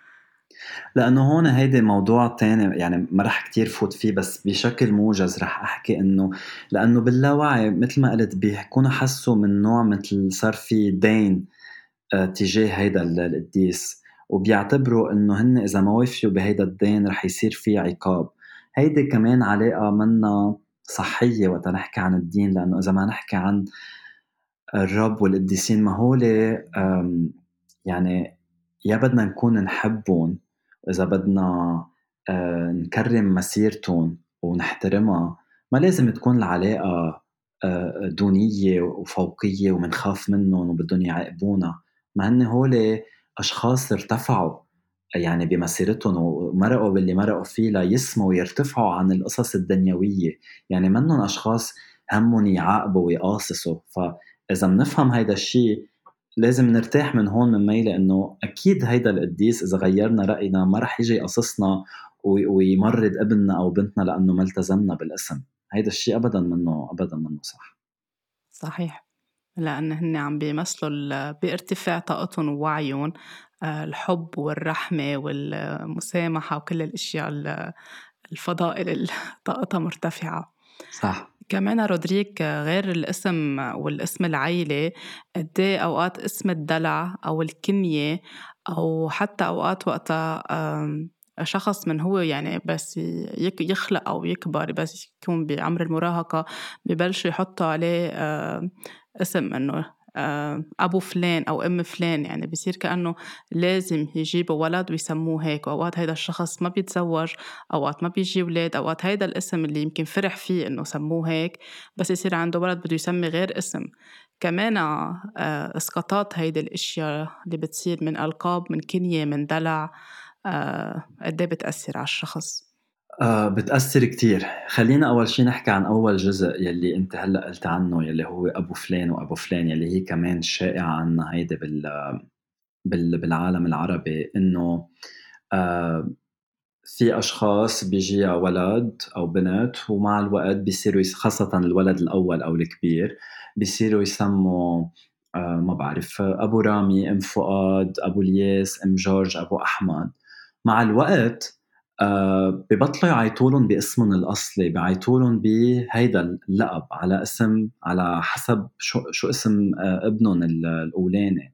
لأنه هون هيدا موضوع تاني يعني ما رح كتير فوت فيه، بس بشكل موجز رح أحكي إنه لأنه باللاوعي مثل ما قلت بيكونوا حسوا من نوع مثل صار في دين تجاه هيدا القديس، وبيعتبروا إنه هن إذا ما وفيوا بهيدا الدين رح يصير في عقاب. هيدي كمان علاقة منا صحية وقت نحكي عن الدين، لأنه إذا ما نحكي عن الرب والقديسين ما هولي يعني يا بدنا نكون نحبّن وإذا بدنا نكرّم مسيرتُن ونحترمها، ما لازم تكون العلاقة دونية وفوقية ومنخاف منّن وبدّن يعاقبونا. ما هن هولي أشخاص ارتفعوا يعني بمسيرتُن ومرقوا باللي مرقوا فيه ليسموا ويرتفعوا عن القصص الدنيوية، يعني منّن أشخاص هَمُّن يعاقبوا ويقاصصوا. إذا منفهم هيدا الشي لازم نرتاح من هون من ميلة إنه أكيد هيدا القديس إذا غيّرنا رأينا ما رح يجي يقصصنا ويمرّض ابننا أو بنتنا لأنه ما التزمنا بالاسم. هيدا الشي أبداً منّه صح. صحيح، لأن هن عم بيمثلوا بارتفاع طاقتهم ووعيهم الحب والرحمة والمسامحة وكل الأشياء الفضائل اللي طاقتها مرتفعة. صح. كمان رودريك غير الاسم والاسم العيلة، قديه أوقات اسم الدلع أو الكنية أو حتى أوقات وقتها شخص من هو يعني بس يخلق أو يكبر بس يكون بعمر المراهقة ببلشوا يحطوا عليه اسم إنه أبو فلان أو أم فلان، يعني بيصير كأنه لازم يجيبوا ولد ويسموه هيك. وأوقات هيدا الشخص ما بيتزوج، أوقات ما بيجي ولاد، أوقات هيدا الاسم اللي يمكن فرح فيه إنه سموه هيك بس يصير عنده ولد بده يسمي غير اسم. كمان إسقاطات هيدي الأشياء اللي بتصير من ألقاب من كنية من دلع قد إيه بتأثر على الشخص. بتأثّر كتير. خلّينا أول شي نحكي عن أول جزء يلّي أنت هلّأ قلت عنّه يلّي هو أبو فلان وأبو فلان، يلّي هي كمان شائعة عنا هيدي بالعالم العربي. إنه آآ في أشخاص بيجيها ولد أو بنت ومع الوقت بيصيروا خاصةً الولد الأول أو الكبير بيصيروا يسموا ما بعرف أبو رامي، أم فؤاد، أبو الياس، أم جورج، أبو أحمد. مع الوقت ببطلوا يعيطولن باسمن الأصلي، بيعيطولن بهيدا اللقب على اسم على حسب شو اسم ابنن الأولاني.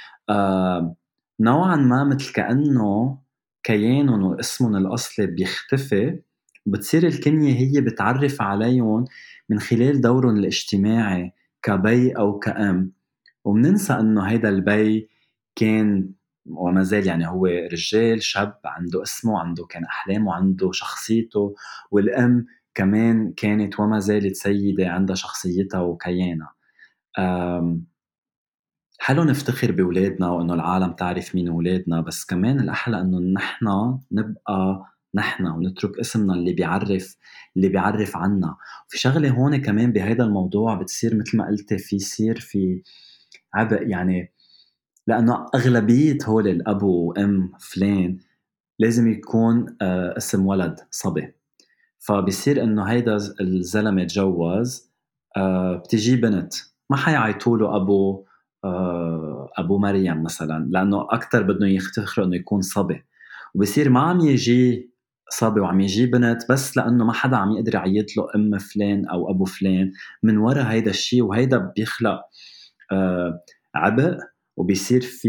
نوعًا ما متل كأنه كيانٌ واسمٌ الأصلي بيختفي، وبتصير الكنية هي بتعرّف عليهم من خلال دورٌ الاجتماعي كبي أو كأم. ومننسى إنه هيدا البي كان وما زال يعني هو رجال شاب عنده اسمه، عنده كان أحلامه، عنده شخصيته، والأم كمان كانت وما زالت سيدة عندها شخصيتها وكيانها. آمم حلو نفتخر بولادنا وإنه العالم تعرف مين ولادنا، بس كمان الأحلى إنه نحن نبقى نحن ونترك اسمنا اللي بيعرّف عنا. وفي شغلة هون كمان بهيدا الموضوع بتصير متل ما قلتِ في عبء يعني، لأنه أغلبية هول الأبو وأم فلان لازم يكون اسم ولد صبي، فبصير إنه هيدا الزلمة اتجوّز بتيجيه بنت ما حيعيطوا له أبو مريم مثلًا، لأنه أكتر بدهم يفتخروا إنه يكون صبي، وبصير ما عم يجيه صبي وعم يجيه بنت بس لأنه ما حدا عم يقدر يعيط له أم فلان أو أبو فلان من ورا هيدا الشي. وهيدا بيخلق عبء وبيصير في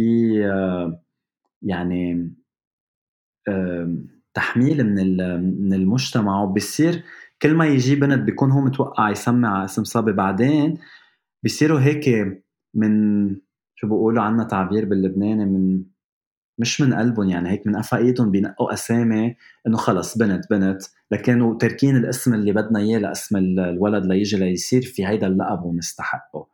يعني تحميل من المجتمع، وبيصير كل ما يجيه بنت بيكون هو متوقع يسمّي على اسم صبي، بعدين بيصيروا هيك من شو بيقولوا عنا تعبير باللبناني، مش من قلبهم، يعني هيك من قفا ايدهم بينقوا اسامي انه خلص بنت بنت، لكن تركين الاسم اللي بدنا اياه لاسم الولد ليجي ليصير في هيدا اللقب ونستحقه.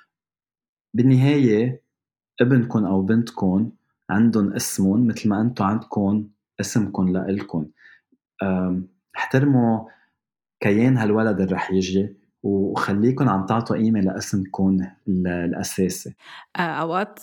بالنهاية ابنكم أو بنتكم عندهم اسمهم مثل ما أنتم عندكم اسمكم لإلكم. احترموا كيان هالولد اللي رح يجي، وخليكن عم تعطوا قيمة لاسمكم الأساسي. أوقات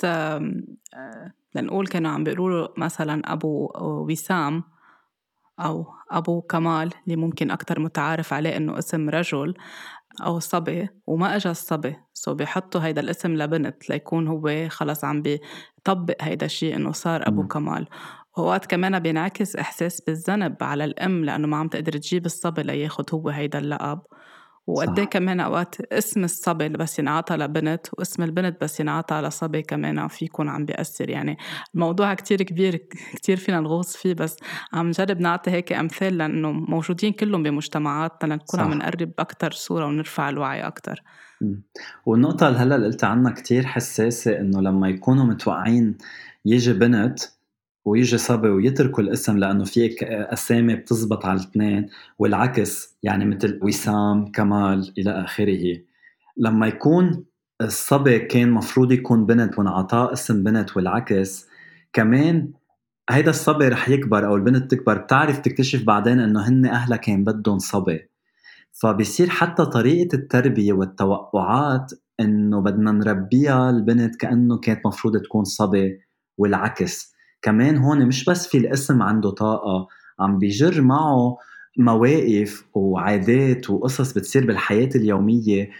لنقول كانوا عم بيقولوا له مثلا أبو وسام أو أبو كمال، اللي ممكن أكتر متعارف عليه إنه اسم رجل أو صبي، وما أجا الصبي بيحطوا هيدا الاسم لبنت ليكون هو خلص عم بيطبق هيدا الشيء إنه صار أبو كمال. ووقت كمان بينعكس إحساس بالذنب على الأم لأنه ما عم تقدر تجيب الصبي لياخد هو هيدا اللقب. وقديه صح. كمان أوقات اسم الصبي بس ينعطى لبنت واسم البنت بس ينعطى لصبي كمان في يكون عم بيأثر. يعني الموضوع كتير كبير، كتير فينا نغوص فيه، بس عم نجرب نعطي هيك أمثال لأنه موجودين كلهم بمجتمعاتنا لنكون عم صح. نقرب أكتر صورة ونرفع الوعي أكتر. والنقطة اللي هلأ اللي قلت عنها كتير حساسة، إنه لما يكونوا متوقعين يجي بنت ويجي صبي ويتركوا الاسم، لأنه في أسامي بتزبط على الاثنين والعكس، يعني مثل وسام كمال إلى آخره. لما يكون الصبي كان مفروض يكون بنت وانعطاه اسم بنت والعكس كمان، هيدا الصبي رح يكبر أو البنت تكبر بتعرف تكتشف بعدين إنه هن أهلها كان بدهم صبي. فبصير حتى طريقة التربية والتوقعات إنه بدنا نربيها البنت كأنه كانت مفروض تكون صبي والعكس. كمان هون مش بس في الاسم عنده طاقة، عم بيجر معه مواقف وعادات وقصص بتصير بالحياة اليومية،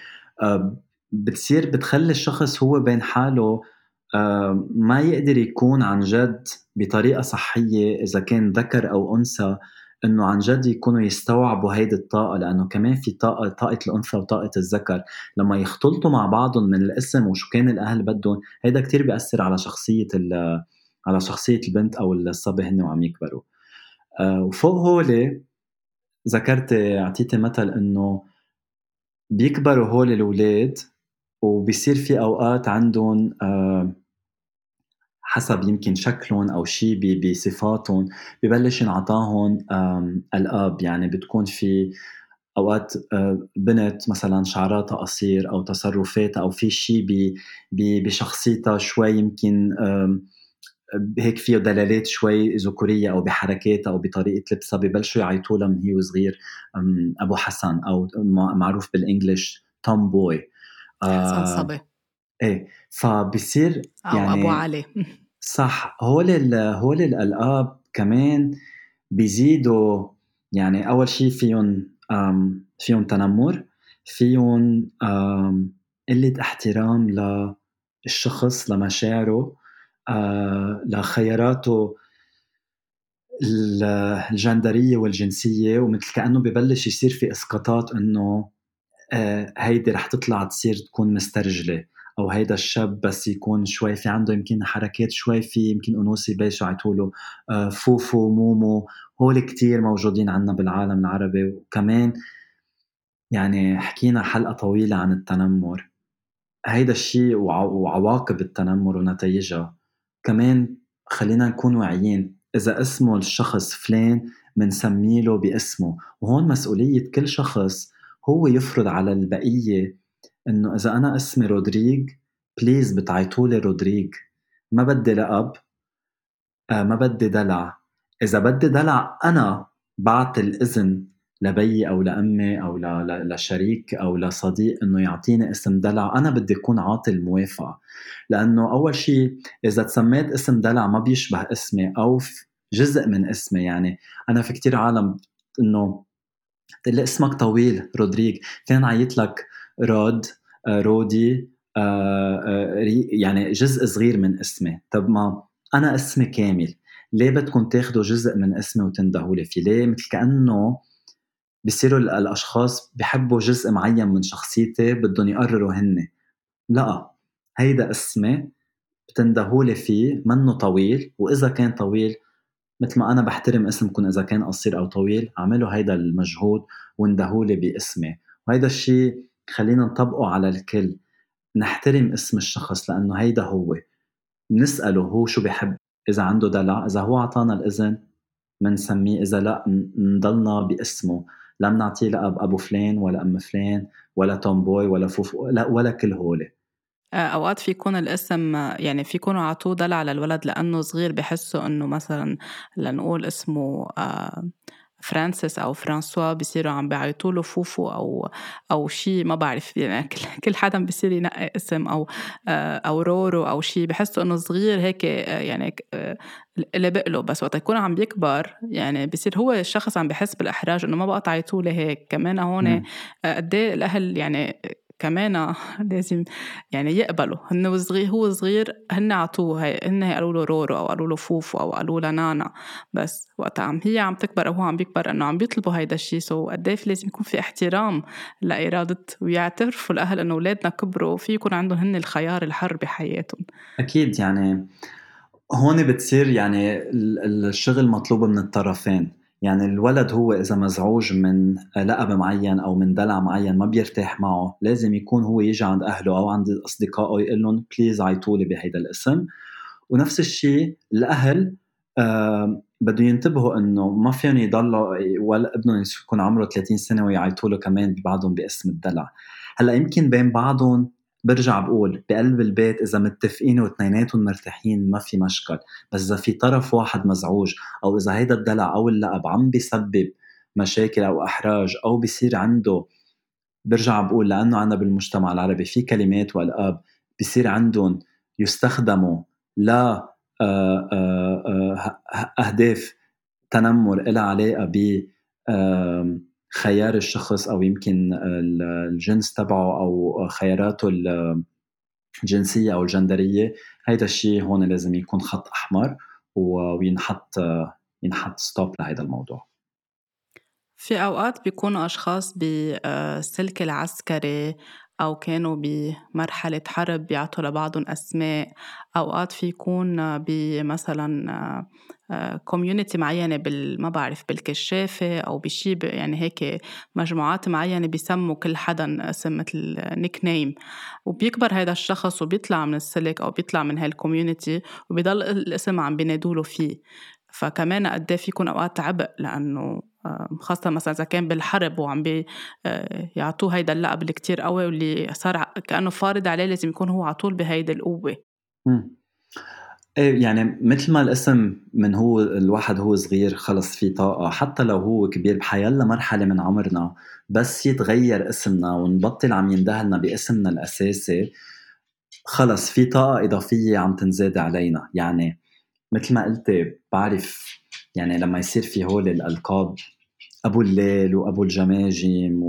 بتصير بتخلي الشخص هو بين حاله ما يقدر يكون عن جد بطريقة صحية إذا كان ذكر أو أنثى، إنه عن جد يكونوا يستوعبوا هيدي الطاقة، لأنه كمان في طاقة الأنثى وطاقة الذكر لما يختلطوا مع بعضهم من الاسم وشو كان الأهل بدهم، هيدا كتير بيأثر على على شخصية البنت أو الصبي هن وعم يكبروا. وفوق هولي أعطيتي مثل إنه بيكبروا هول الأولاد وبيصير في أوقات عندهم حسب يمكن شكلهم أو شي بصفاتهم ببلش ينعطاهم ألقاب. يعني بتكون في أوقات بنت مثلا شعراتها قصير أو تصرفاتها أو في شي بشخصيتها شوي يمكن هيك فيه دلالات شوي ذكورية أو بحركاتها أو بطريقة لبسها، ببلشوا يعيطوا لها من هي وصغير أبو حسن، أو معروف بالإنجليش توم بوي. حسن صبي إيه، فبصير أو أبو يعني علي. صح. هول الألقاب كمان بيزيدوا، يعني أول شي فيهم تنمر، فيهم قلة احترام للشخص، لمشاعره، لخياراته الجندرية والجنسية، ومثل كأنه ببلش يصير في إسقاطات إنه هيدي رح تطلع تصير تكون مسترجلة، أو هيدا الشاب بس يكون شوي في عنده يمكن حركات شوي في يمكن أنوثة بيشوا يعيطوله فوفو مومو. هول كتير موجودين عنا بالعالم العربي. وكمان يعني حكينا حلقة طويلة عن التنمر، هيدا الشيء وعواقب التنمر ونتائجها. كمان خلينا نكون واعيين، إذا اسمه الشخص فلان منسميله باسمه، وهون مسؤولية كل شخص هو يفرض على البقية إنه إذا أنا اسمي رودريغ بليز بتعيطولي رودريغ، ما بدي لقب، ما بدي دلع. إذا بدي دلع أنا بعت الإذن لبيي أو لأمي أو لشريك أو لصديق إنه يعطيني اسم دلع، أنا بدي أكون عاطي الموافقة. لأنه أول شي إذا تسميت اسم دلع ما بيشبه اسمي أو جزء من اسمي، يعني أنا في كتير عالم إنه تقلي اسمك طويل رودريغ، فين عيط لك رود، رودي، يعني جزء صغير من اسمي. طب ما أنا اسمي كامل، ليه بدكم تاخدوا جزء من اسمي وتندهولي فيه؟ ليه مثل كأنه بيصيروا الأشخاص بحبوا جزء معين من شخصيتي بدهم يقرروا هن. لا، هيدا اسمي بتندهولي فيه، منه طويل، وإذا كان طويل مثل ما أنا بحترم اسمكم إذا كان قصير أو طويل، اعملوا هيدا المجهود واندهولي باسمي. وهيدا الشيء خلينا نطبقه على الكل. نحترم اسم الشخص لأنه هيدا هو. نسأله هو شو بيحب، إذا عنده دلع، إذا هو عطانا الإذن منسميه، إذا لأ نضلنا باسمه، لا منعطيه لقب أبو فلان ولا أم فلان ولا تومبوي ولا فوفو، لا ولا كل هولي. أوقات في يكون الاسم يعني في يكونوا عطوه دلع للولد لأنه صغير، بحسوا إنه مثلا لنقول اسمه فرانسيس أو فرانسوا، بيصيروا عم بيعيطوا له فوفو أو شيء، ما بعرف يعني كل حدا بيصير ينقي اسم أو رورو أو شيء، بحسوا إنه صغير هيك يعني اللي بقله. بس وقت يكون عم بيكبر يعني بيصير هو الشخص عم بحس بالإحراج إنه ما بقى تعيطوا لي هيك. كمان هون قد إيه الأهل يعني كمان لازم يعني يقبلوا هن صغير، هو صغير، هن عطوه، هن قالوا له رورو أو قالوا له فوفو أو قالوا له نانا. بس وقت هي عم تكبر أو هو عم بيكبر إنه عم بيطلبوا هيدا الشيء، قد إيه لازم يكون في احترام لإرادة، ويعترفوا الأهل إنه أولادنا كبروا وفي يكون عندهم هن الخيار الحر بحياتهم. أكيد يعني هون بتصير يعني الشغل مطلوب من الطرفين. يعني الولد هو إذا مزعوج من لقب معين أو من دلع معين ما بيرتاح معه، لازم يكون هو يجي عند أهله أو عند أصدقائه يقول لهم بليز عيطولي بهيدا الاسم. ونفس الشيء الأهل بده ينتبهوا إنه ما فيهم يضلوا ولا ابنهم يكون عمره 30 سنة ويعيطوا له كمان بعضهم باسم الدلع. هلا يمكن بين بعضهم برجع بقول بقلب البيت إذا متفقين واثنيناتهم مرتاحين ما في مشكل، بس إذا في طرف واحد مزعوج أو إذا هيدا الدلع أو اللقب عم بيسبب مشاكل أو إحراج أو بيصير عنده، برجع بقول لأنه عنا بالمجتمع العربي في كلمات وألقاب بيصير عندهم يستخدموا لا أهداف تنمر إلها علاقة ب خيار الشخص أو يمكن الجنس تبعه أو خياراته الجنسية أو الجندرية. هيدا الشيء هون لازم يكون خط أحمر ينحط ستوب لهيدا الموضوع. في أوقات بيكونوا أشخاص بالسلك العسكري أو كانوا بمرحلة حرب بيعطوا لبعضهم أسماء. أوقات في يكون بمثلا كوميونيتي معينة ما بعرف بالكشافة أو بشي يعني هيك مجموعات معينة بيسموا كل حدا اسم مثل نيك نيم، وبيكبر هذا الشخص وبيطلع من السلك أو بيطلع من هالكوميونيتي وبيضل الاسم عم بينادوله فيه. فكمان قد ايه فيكون أوقات عبء، لأنه خاصة مثلا إذا كان بالحرب وعم يعطوه هيدا اللقب اللي كتير قوي واللي صار كأنه فارض عليه لازم يكون هو عطول بهيدا القوة. ايه يعني مثل ما الاسم من هو الواحد هو صغير خلص في طاقة، حتى لو هو كبير بحيالله مرحلة من عمرنا بس يتغير اسمنا ونبطل عم يندهلنا باسمنا الأساسي خلص في طاقة إضافية عم تنزاد علينا. يعني مثل ما قلت بعرف يعني لما يصير في هول الألقاب أبو الليل وأبو الجماجم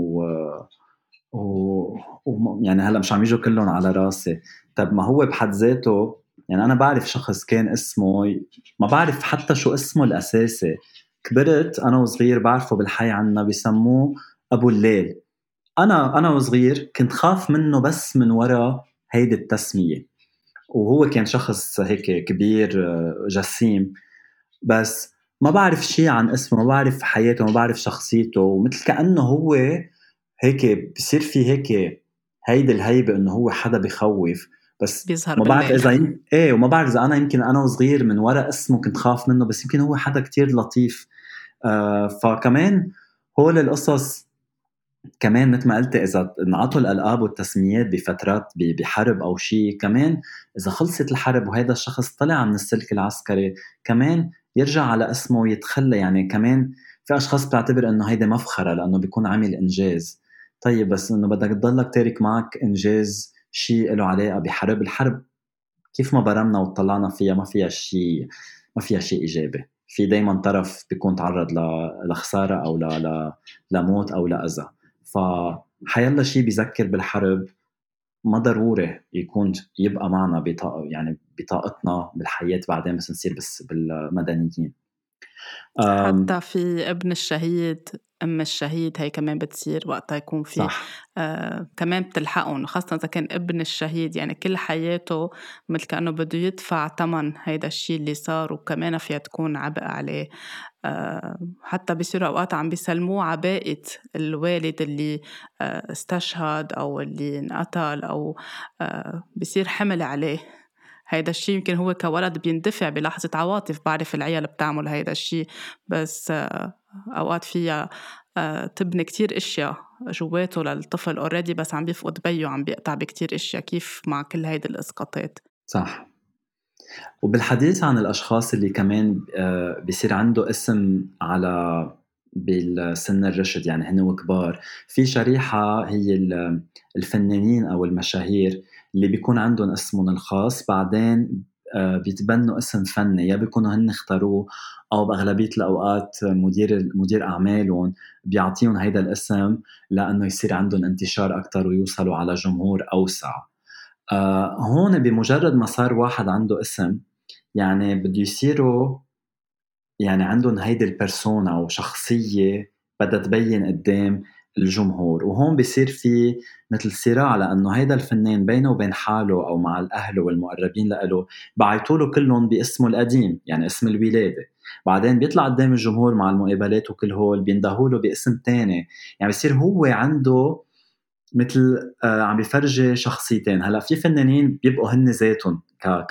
يعني هلا مش عم يجوا كلهم على راسي. طب ما هو بحد ذاته يعني أنا بعرف شخص كان اسمه ما بعرف حتى شو اسمه الأساسي، كبرت أنا وصغير بعرفه بالحي عنا بيسموه أبو الليل. أنا وصغير كنت خاف منه بس من وراء هيدي التسمية، وهو كان شخص هيك كبير جسيم، بس ما بعرف شيء عن اسمه، ما بعرف حياته، ما بعرف شخصيته، ومثل كأنه هو هيك بصير في هيك هيدي الهيبة انه هو حدا بخوف. بس بيظهر ما بعرف بالليل. اذا ايه، وما بعرف اذا انا يمكن انا وصغير من وراء اسمه كنت خاف منه، بس يمكن هو حدا كتير لطيف. فكمان هول القصص كمان مثل ما قلت إذا انعطوا الألقاب والتسميات بفترات بحرب أو شيء، كمان إذا خلصت الحرب وهذا الشخص طلع من السلك العسكري كمان يرجع على اسمه ويتخلى. يعني كمان في أشخاص بتعتبر إنه هيدا مفخرة لأنه بيكون عامل إنجاز. طيب بس إنه بدك تضلك تارك معك إنجاز شيء له علاقة بحرب. الحرب كيف ما برمنا وطلعنا فيها ما فيها شيء إيجابي. في دايما طرف بيكون تعرض لخسارة أو لموت أو لأذى. فحيلا شيء بيذكر بالحرب ما ضروري يبقى معنا بطاقة، يعني بطاقتنا بالحياة بعدين بس نصير بس بالمدنيين. آم، حتى في ابن الشهيد، أم الشهيد، هي كمان بتصير وقتها يكون في صح. كمان بتلحقهم، خاصة إذا كان ابن الشهيد يعني كل حياته مثل كأنه بده يدفع تمن هيدا الشي اللي صار، وكمان فيها تكون عبء عليه. حتى بيصيروا أوقات عم بيسلموه عباءة الوالد اللي استشهد أو اللي انقتل، أو بيصير حمل عليه. هيدا الشي يمكن هو كولد بيندفع بلحظة عواطف، بعرف العيال بتعمل هيدا الشي، بس أوقات فيها تبني كتير اشياء جواته للطفل اوريدي، بس عم بيفقد بيه وعم بيقطع بكتير اشياء. كيف مع كل هيدي الاسقاطات؟ صح. وبالحديث عن الأشخاص اللي كمان بيصير عنده اسم على بالسن الرشد، يعني هن كبار، في شريحة هي الفنانين أو المشاهير اللي بيكون عندهم اسمهم الخاص، بعدين بيتبنوا اسم فني، يا بيكونوا هن اختاروه أو بأغلبية الأوقات مدير أعمالهم بيعطيهم هيدا الاسم لأنه يصير عندهم انتشار أكتر ويوصلوا على جمهور أوسع. هون بمجرد ما صار واحد عنده اسم، يعني بده يصيروا يعني عندهم هيدي البرسونا أو شخصية بدها تبين قدام الجمهور، وهون بيصير في مثل صراع، لأنه هيدا الفنان بينه وبين حاله أو مع الأهل والمقربين له بعيطوله كلهم باسمه القديم، يعني اسم الولادة، بعدين بيطلع قدام الجمهور مع المقابلات وكل هول بيندهوله باسم تاني، يعني بيصير هو عنده مثل عم بيفرجي شخصيتين. هلا في فنانين بيبقوا هن ذاتهم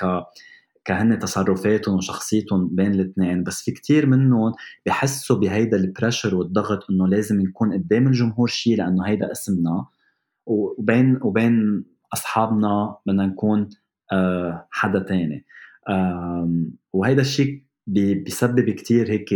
كهن تصرفاتهم وشخصيتهم بين الاثنين، بس في كتير منهم بحسوا بهيدا البريشر والضغط انه لازم نكون قدام الجمهور شيء لانه هيدا اسمنا، وبين اصحابنا بدنا نكون حدا تاني. وهيدا الشيء بيسبب كتير هيك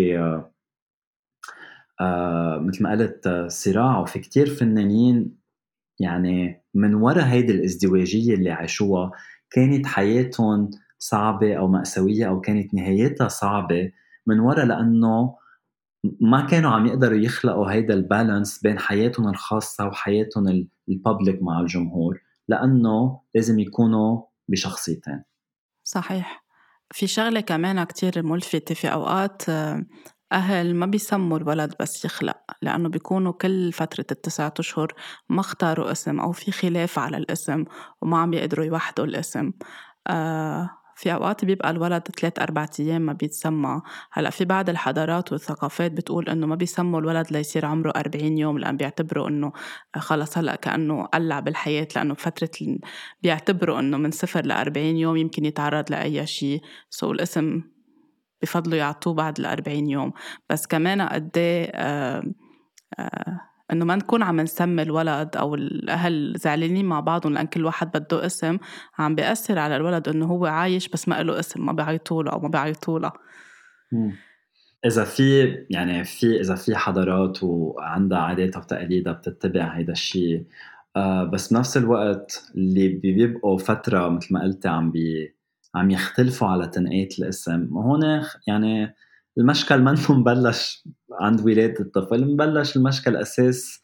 مثل ما قلت صراع، وفي كتير فنانين يعني من وراء هيدي الازدواجية اللي عاشوها كانت حياتهم صعبة أو مأساوية أو كانت نهايتها صعبة من وراء، لأنه ما كانوا عم يقدروا يخلقوا هيدا البالانس بين حياتهم الخاصة وحياتهم البابليك مع الجمهور، لأنه لازم يكونوا بشخصيتين. صحيح. في شغلة كمان كتير ملفتة، في أوقات أهل ما بيسموا الولد بس يخلق، لأنه بيكونوا كل فترة التسعة أشهر ما اختاروا اسم أو في خلاف على الاسم وما عم يقدروا يوحدوا الاسم. في أوقات بيبقى الولد 3-4 أيام ما بيتسمى. هلأ في بعض الحضارات والثقافات بتقول إنه ما بيسموا الولد ليصير عمره 40 يوم، لأن بيعتبروا إنه خلص هلأ كأنه قلع بالحياة، لأنه بفترة بيعتبروا إنه من 0 ل40 يوم يمكن يتعرض لأي شيء، سو الاسم بفضلوا يعطوه بعد 40 يوم. بس كمان قديه إنه ما نكون عم نسمي الولد أو الأهل زعلانين مع بعضهم لأن كل واحد بده اسم، عم بيأثر على الولد إنه هو عايش بس ما له اسم، ما بيعيطوله أو ما بيعيطوله. إذا في يعني إذا في حضارات وعندها عاداتها وتقاليدها بتتبع هيدا الشيء، بس بنفس الوقت اللي بيبقوا فترة مثل ما قلتي عم يختلفوا على تنقية الاسم، وهون يعني المشكل منه مبلش عند ولادة الطفل، مبلش المشكل أساس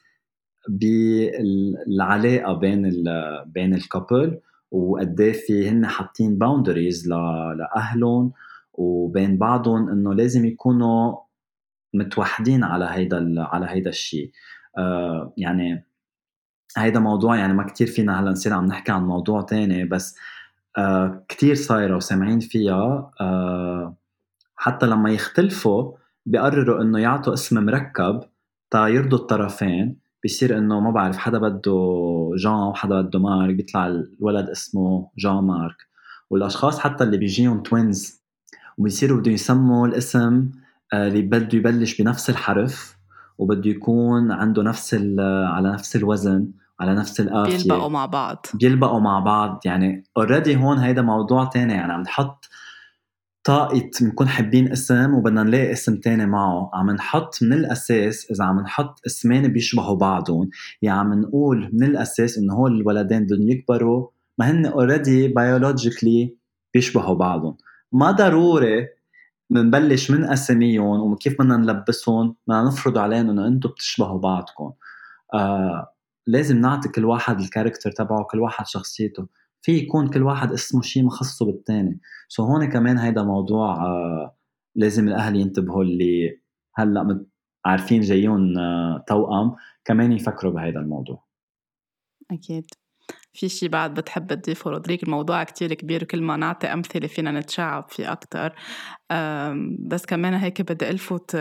بالعلاقة بين الكابل، وقديه في هن حاطين باوندريز لأهلهم وبين بعضهم انه لازم يكونوا متوحدين على هيدا الشيء. يعني هيدا موضوع يعني ما كتير فينا هلا نصير عم نحكي عن موضوع تاني، بس كتير صايرة وسامعين فيها. حتى لما يختلفوا بيقرروا انه يعطوا اسم مركب تا يرضوا الطرفين، بيصير انه ما بعرف حدا بده جان وحدا بده مارك، بيطلع الولد اسمه جان مارك. والاشخاص حتى اللي بيجيهم توينز وبيصيروا بده يسموا الاسم اللي بده يبلش بنفس الحرف وبده يكون عنده على نفس الوزن على نفس بيلبقوا القافية، مع بعض. بيلبقوا مع بعض. يعني اوريدي هون هيدا موضوع تاني، يعني عم نحط طاقة بنكون حابين اسم وبدنا نلاقي اسم تاني معه، عم نحط من الأساس إذا عم نحط اسمين بيشبهوا بعضهم، يعني عم نقول من الأساس إنه هول الولدين بدهم يكبروا ما هن already biologically بيشبهوا بعضهم. ما ضروري منبلش من أساميهم وكيف بدنا نلبسهم بدنا نفرض عليهم إنه أنتم بتشبهوا بعضكم. لازم نعطي كل واحد الكاركتر تبعه، كل واحد شخصيته، في يكون كل واحد اسمه شيء مخصه بالتاني. هون كمان هيدا موضوع لازم الأهل ينتبهوا اللي هلأ عارفين جايون توأم كمان يفكروا بهيدا الموضوع. أكيد. في شي بعد بتحب تضيفه رودريك؟ الموضوع كتير كبير وكل ما نعطي أمثلة فينا نتشعب فيه أكتر. بس كمان هيك بدي ألفت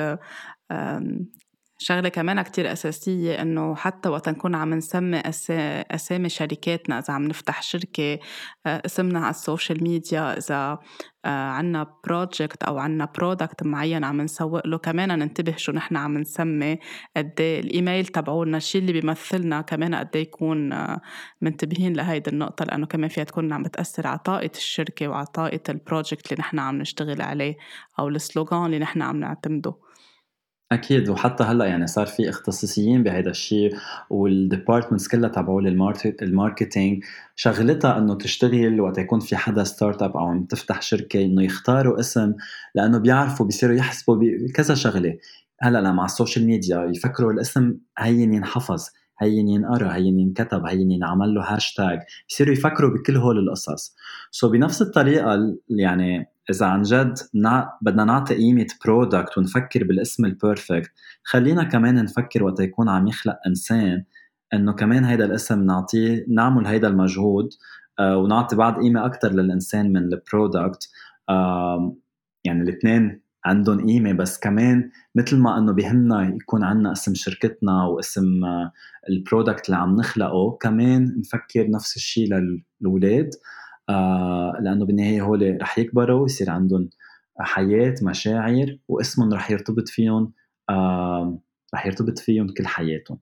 شغلة كمان كتير أساسية، إنه حتى وقت نكون عم نسمي أسامي شركاتنا، إذا عم نفتح شركة اسمنا على السوشيال ميديا، إذا عنا بروجكت أو عنا برودكت معين عم نسوق له، كمان ننتبه شو نحن عم نسمي. قد الإيميل تبعولنا الشي اللي بيمثلنا كمان قد يكون منتبهين لهيدي النقطة، لأنه كمان فيها تكون عم بتأثر على طاقة الشركة وعلى طاقة البروجكت اللي نحن عم نشتغل عليه أو السلوغان اللي نحن عم نعتمده. أكيد، وحتى هلأ يعني صار في اختصاصيين بهيدا الشيء، والdepartments كلها تبعول الماركتينج شغلتها إنه تشتغل وقت يكون في حدا ستارت اب أو عم تفتح شركة إنه يختاروا اسم، لأنه بيعرفوا بيصيروا يحسبوا بكذا شغلة. هلأ مع السوشيال ميديا يفكروا الاسم هين ينحفظ، هين ينقرا، هين ينكتب، هين ينعمل له هاشتاج، يصيروا يفكروا بكل هول القصص. بنفس الطريقة يعني إذا عن جد بدنا نعطي قيمة برودكت ونفكر بالاسم البيرفكت، خلينا كمان نفكر وقت يكون عم يخلق إنسان إنه كمان هيدا الاسم نعطيه، نعمل هيدا المجهود ونعطي بعض قيمة أكتر للإنسان من البرودكت. يعني الاثنين عندهم قيمة، بس كمان مثل ما إنه بيهمنا يكون عنا اسم شركتنا واسم البرودكت اللي عم نخلقه، كمان نفكر نفس الشيء للولاد. لأنه بالنهاية هول رح يكبروا ويصير عندهم حياة، مشاعر، واسمهم رح يرتبط فيهم، رح يرتبط فيهم كل حياتهم.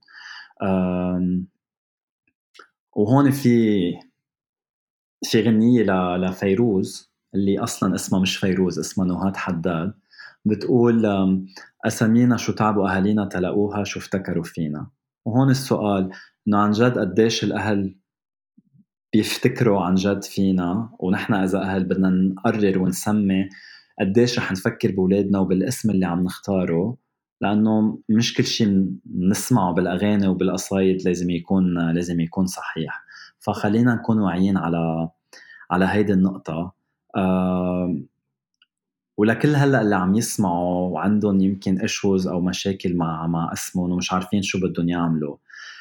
وهون في غنية لفيروز اللي أصلا اسمها مش فيروز، اسمها نهاد حداد، بتقول أسامينا شو تعبوا أهالينا تلاقوها، شو افتكروا فينا. وهون السؤال إنه عن جد قديش الأهل بيفتكروا عن جد فينا، ونحن إذا أهل بدنا نقرر ونسمي قديش رح نفكر بولادنا وبالاسم اللي عم نختاره، لأنه مش كل شيء نسمعه بالأغاني وبالقصايد لازم يكون صحيح. فخلينا نكون واعيين على هيدي النقطة. ولكل هلأ اللي عم يسمعوا وعندهم يمكن إشوز أو مشاكل مع اسمهم ومش عارفين شو بدهم يعملوا،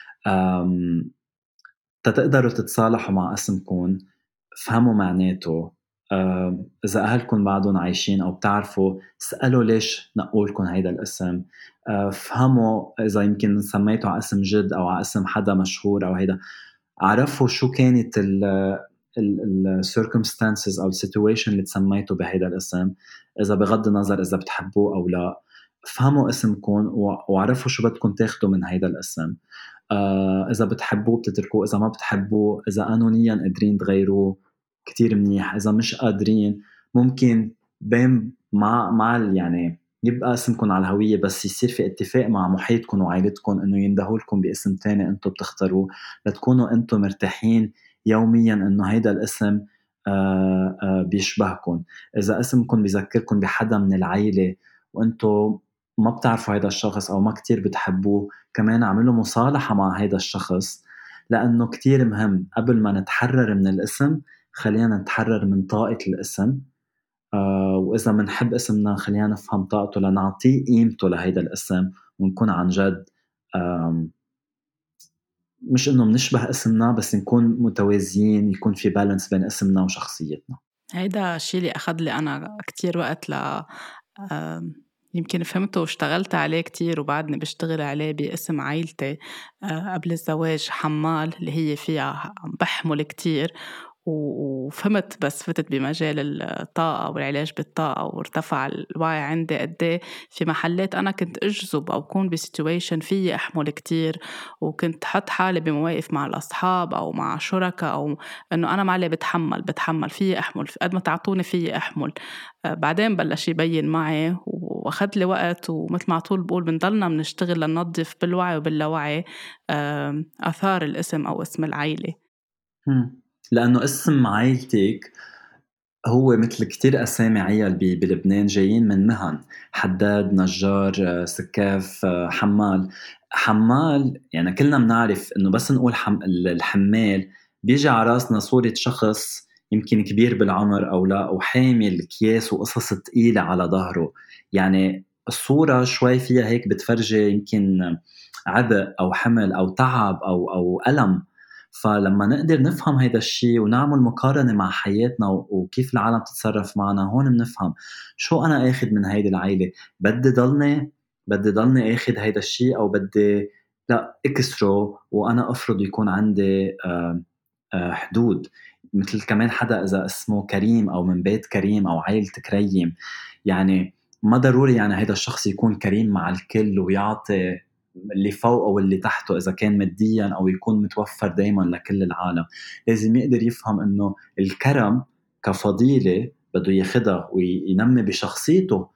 تتقدروا تتصالحوا مع اسمكم، فهموا معناته. إذا أهلكم بعدهم عايشين أو بتعرفوا، اسألوا ليش نقولكم هيدا الاسم. فهموا إذا يمكن سميتوا على اسم جد أو على اسم حدا مشهور أو هيدا، عرفوا شو كانت ال circumstances أو situation اللي تسميتوا بهيدا الاسم. إذا بغض النظر إذا بتحبوه أو لا، فهموا اسمكم وعرفوا شو بدكم تاخدوا من هيدا الاسم. إذا بتحبوه بتتركوه، إذا ما بتحبوه، إذا قانونيا قادرين تغيروه كتير منيح، إذا مش قادرين ممكن بين مع يعني يبقى اسمكم على الهوية، بس يصير في اتفاق مع محيطكم وعائلتكم إنه يندهوا لكم باسم تاني أنتم بتختاروه، لتكونوا أنتم مرتاحين يوميا إنه هيدا الاسم بيشبهكم. إذا اسمكم بيذكركم بحدا من العائلة وأنتم ما بتعرفوا هيدا الشخص أو ما كتير بتحبوه، كمان اعملوا مصالحة مع هيدا الشخص، لأنه كتير مهم قبل ما نتحرر من الاسم خلينا نتحرر من طاقة الاسم. وإذا منحب اسمنا خلينا نفهم طاقته لنعطيه قيمته لهيدا الاسم، ونكون عن جد مش إنه منشبه اسمنا، بس نكون متوازيين، يكون في بالانس بين اسمنا وشخصيتنا. هيدا الشي اللي أخذ لي أنا كتير وقت يمكن فهمته واشتغلت عليه كتير، وبعدني بشتغل عليه باسم عائلتي قبل الزواج، حمال، اللي هي فيها بحمل كتير. وفهمت بس فتت بمجال الطاقة والعلاج بالطاقة، وارتفع الوعي عندي قديه في محلات أنا كنت أجذب أو كون بسيتويشن فيه أحمل كتير، وكنت حط حالي بمواقف مع الأصحاب أو مع شركة، أو أنه أنا معلي بتحمل فيه أحمل قد ما تعطوني فيه أحمل. بعدين بلش يبين معي وأخذ لي وقت، ومثل ما طول بقول بنضلنا بنشتغل لننظف بالوعي وباللاوعي آثار الاسم أو اسم العائلة. لأنه اسم عائلتك هو مثل كتير أسامي عيال بلبنان جايين من مهن، حداد، نجار، سكاف، حمال. يعني كلنا منعرف إنه بس نقول الحمال بيجي على راسنا صورة شخص يمكن كبير بالعمر أو لا، وحامل أكياس وقصص تقيلة على ظهره. يعني الصورة شوي فيها هيك بتفرجي يمكن عبء أو حمل أو تعب أو ألم. فلما نقدر نفهم هيدا الشيء ونعمل مقارنة مع حياتنا وكيف العالم تتصرف معنا، هون بنفهم شو أنا آخد من هيدي العيلة. بدي ضلني آخد هيدا الشيء، أو بدي لا اكسره وأنا أفرض يكون عندي حدود. مثل كمان حدا إذا اسمه كريم أو من بيت كريم أو عائلة كريم، يعني ما ضروري يعني هيدا الشخص يكون كريم مع الكل ويعطي اللي فوقه واللي تحته إذا كان مادياً، أو يكون متوفر دايماً لكل العالم. لازم يقدر يفهم إنه الكرم كفضيلة بده ياخدها وينمي بشخصيته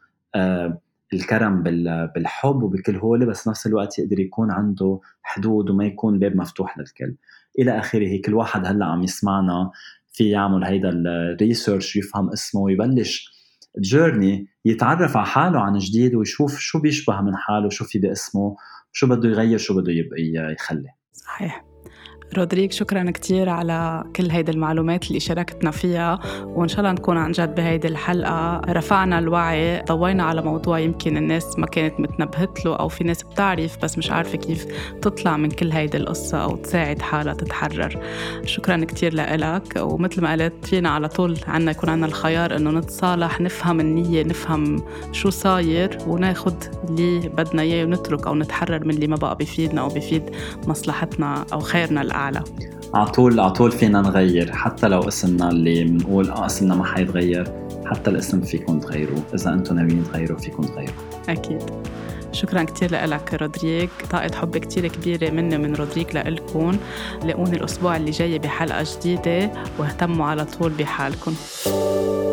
الكرم بالحب وبكل هولي، بس نفس الوقت يقدر يكون عنده حدود وما يكون باب مفتوح للكل إلى آخره. كل واحد هلأ عم يسمعنا في يعمل هيدا الريسيرش، يفهم اسمه ويبلش جيرني، يتعرف على حاله عن جديد ويشوف شو بيشبه من حاله، شو في باسمه، شو بده يغير، شو بده يخلي. صحيح. رودريك، شكراً كتير على كل هيدي المعلومات اللي شاركتنا فيها، وإن شاء الله نكون عن جد بهيدي الحلقة رفعنا الوعي، ضوينا على موضوع يمكن الناس ما كانت متنبهت له، أو في ناس بتعرف بس مش عارفة كيف تطلع من كل هيدي القصة أو تساعد حالها تتحرر. شكراً كتير لإلك. ومثل ما قلت، فينا على طول عنا يكون عنا الخيار إنه نتصالح، نفهم النية، نفهم شو صاير، وناخد اللي بدنا إياه ونترك أو نتحرر من اللي ما بقى بيفيدنا أو بيفيد مصلحتنا أو خيرنا الأعلى. عطول فينا نغير، حتى لو اسمنا اللي بنقول اسمنا ما حيتغير، حتى الاسم فيكم تغيروه. إذا أنتم ناويين تغيروا فيكم تغيروا. أكيد. شكراً كتير لك رودريك. طاقة حب كتير كبيرة مني من رودريك لإلكم. لاقوني الأسبوع اللي جاي بحلقة جديدة، واهتموا على طول بحالكم.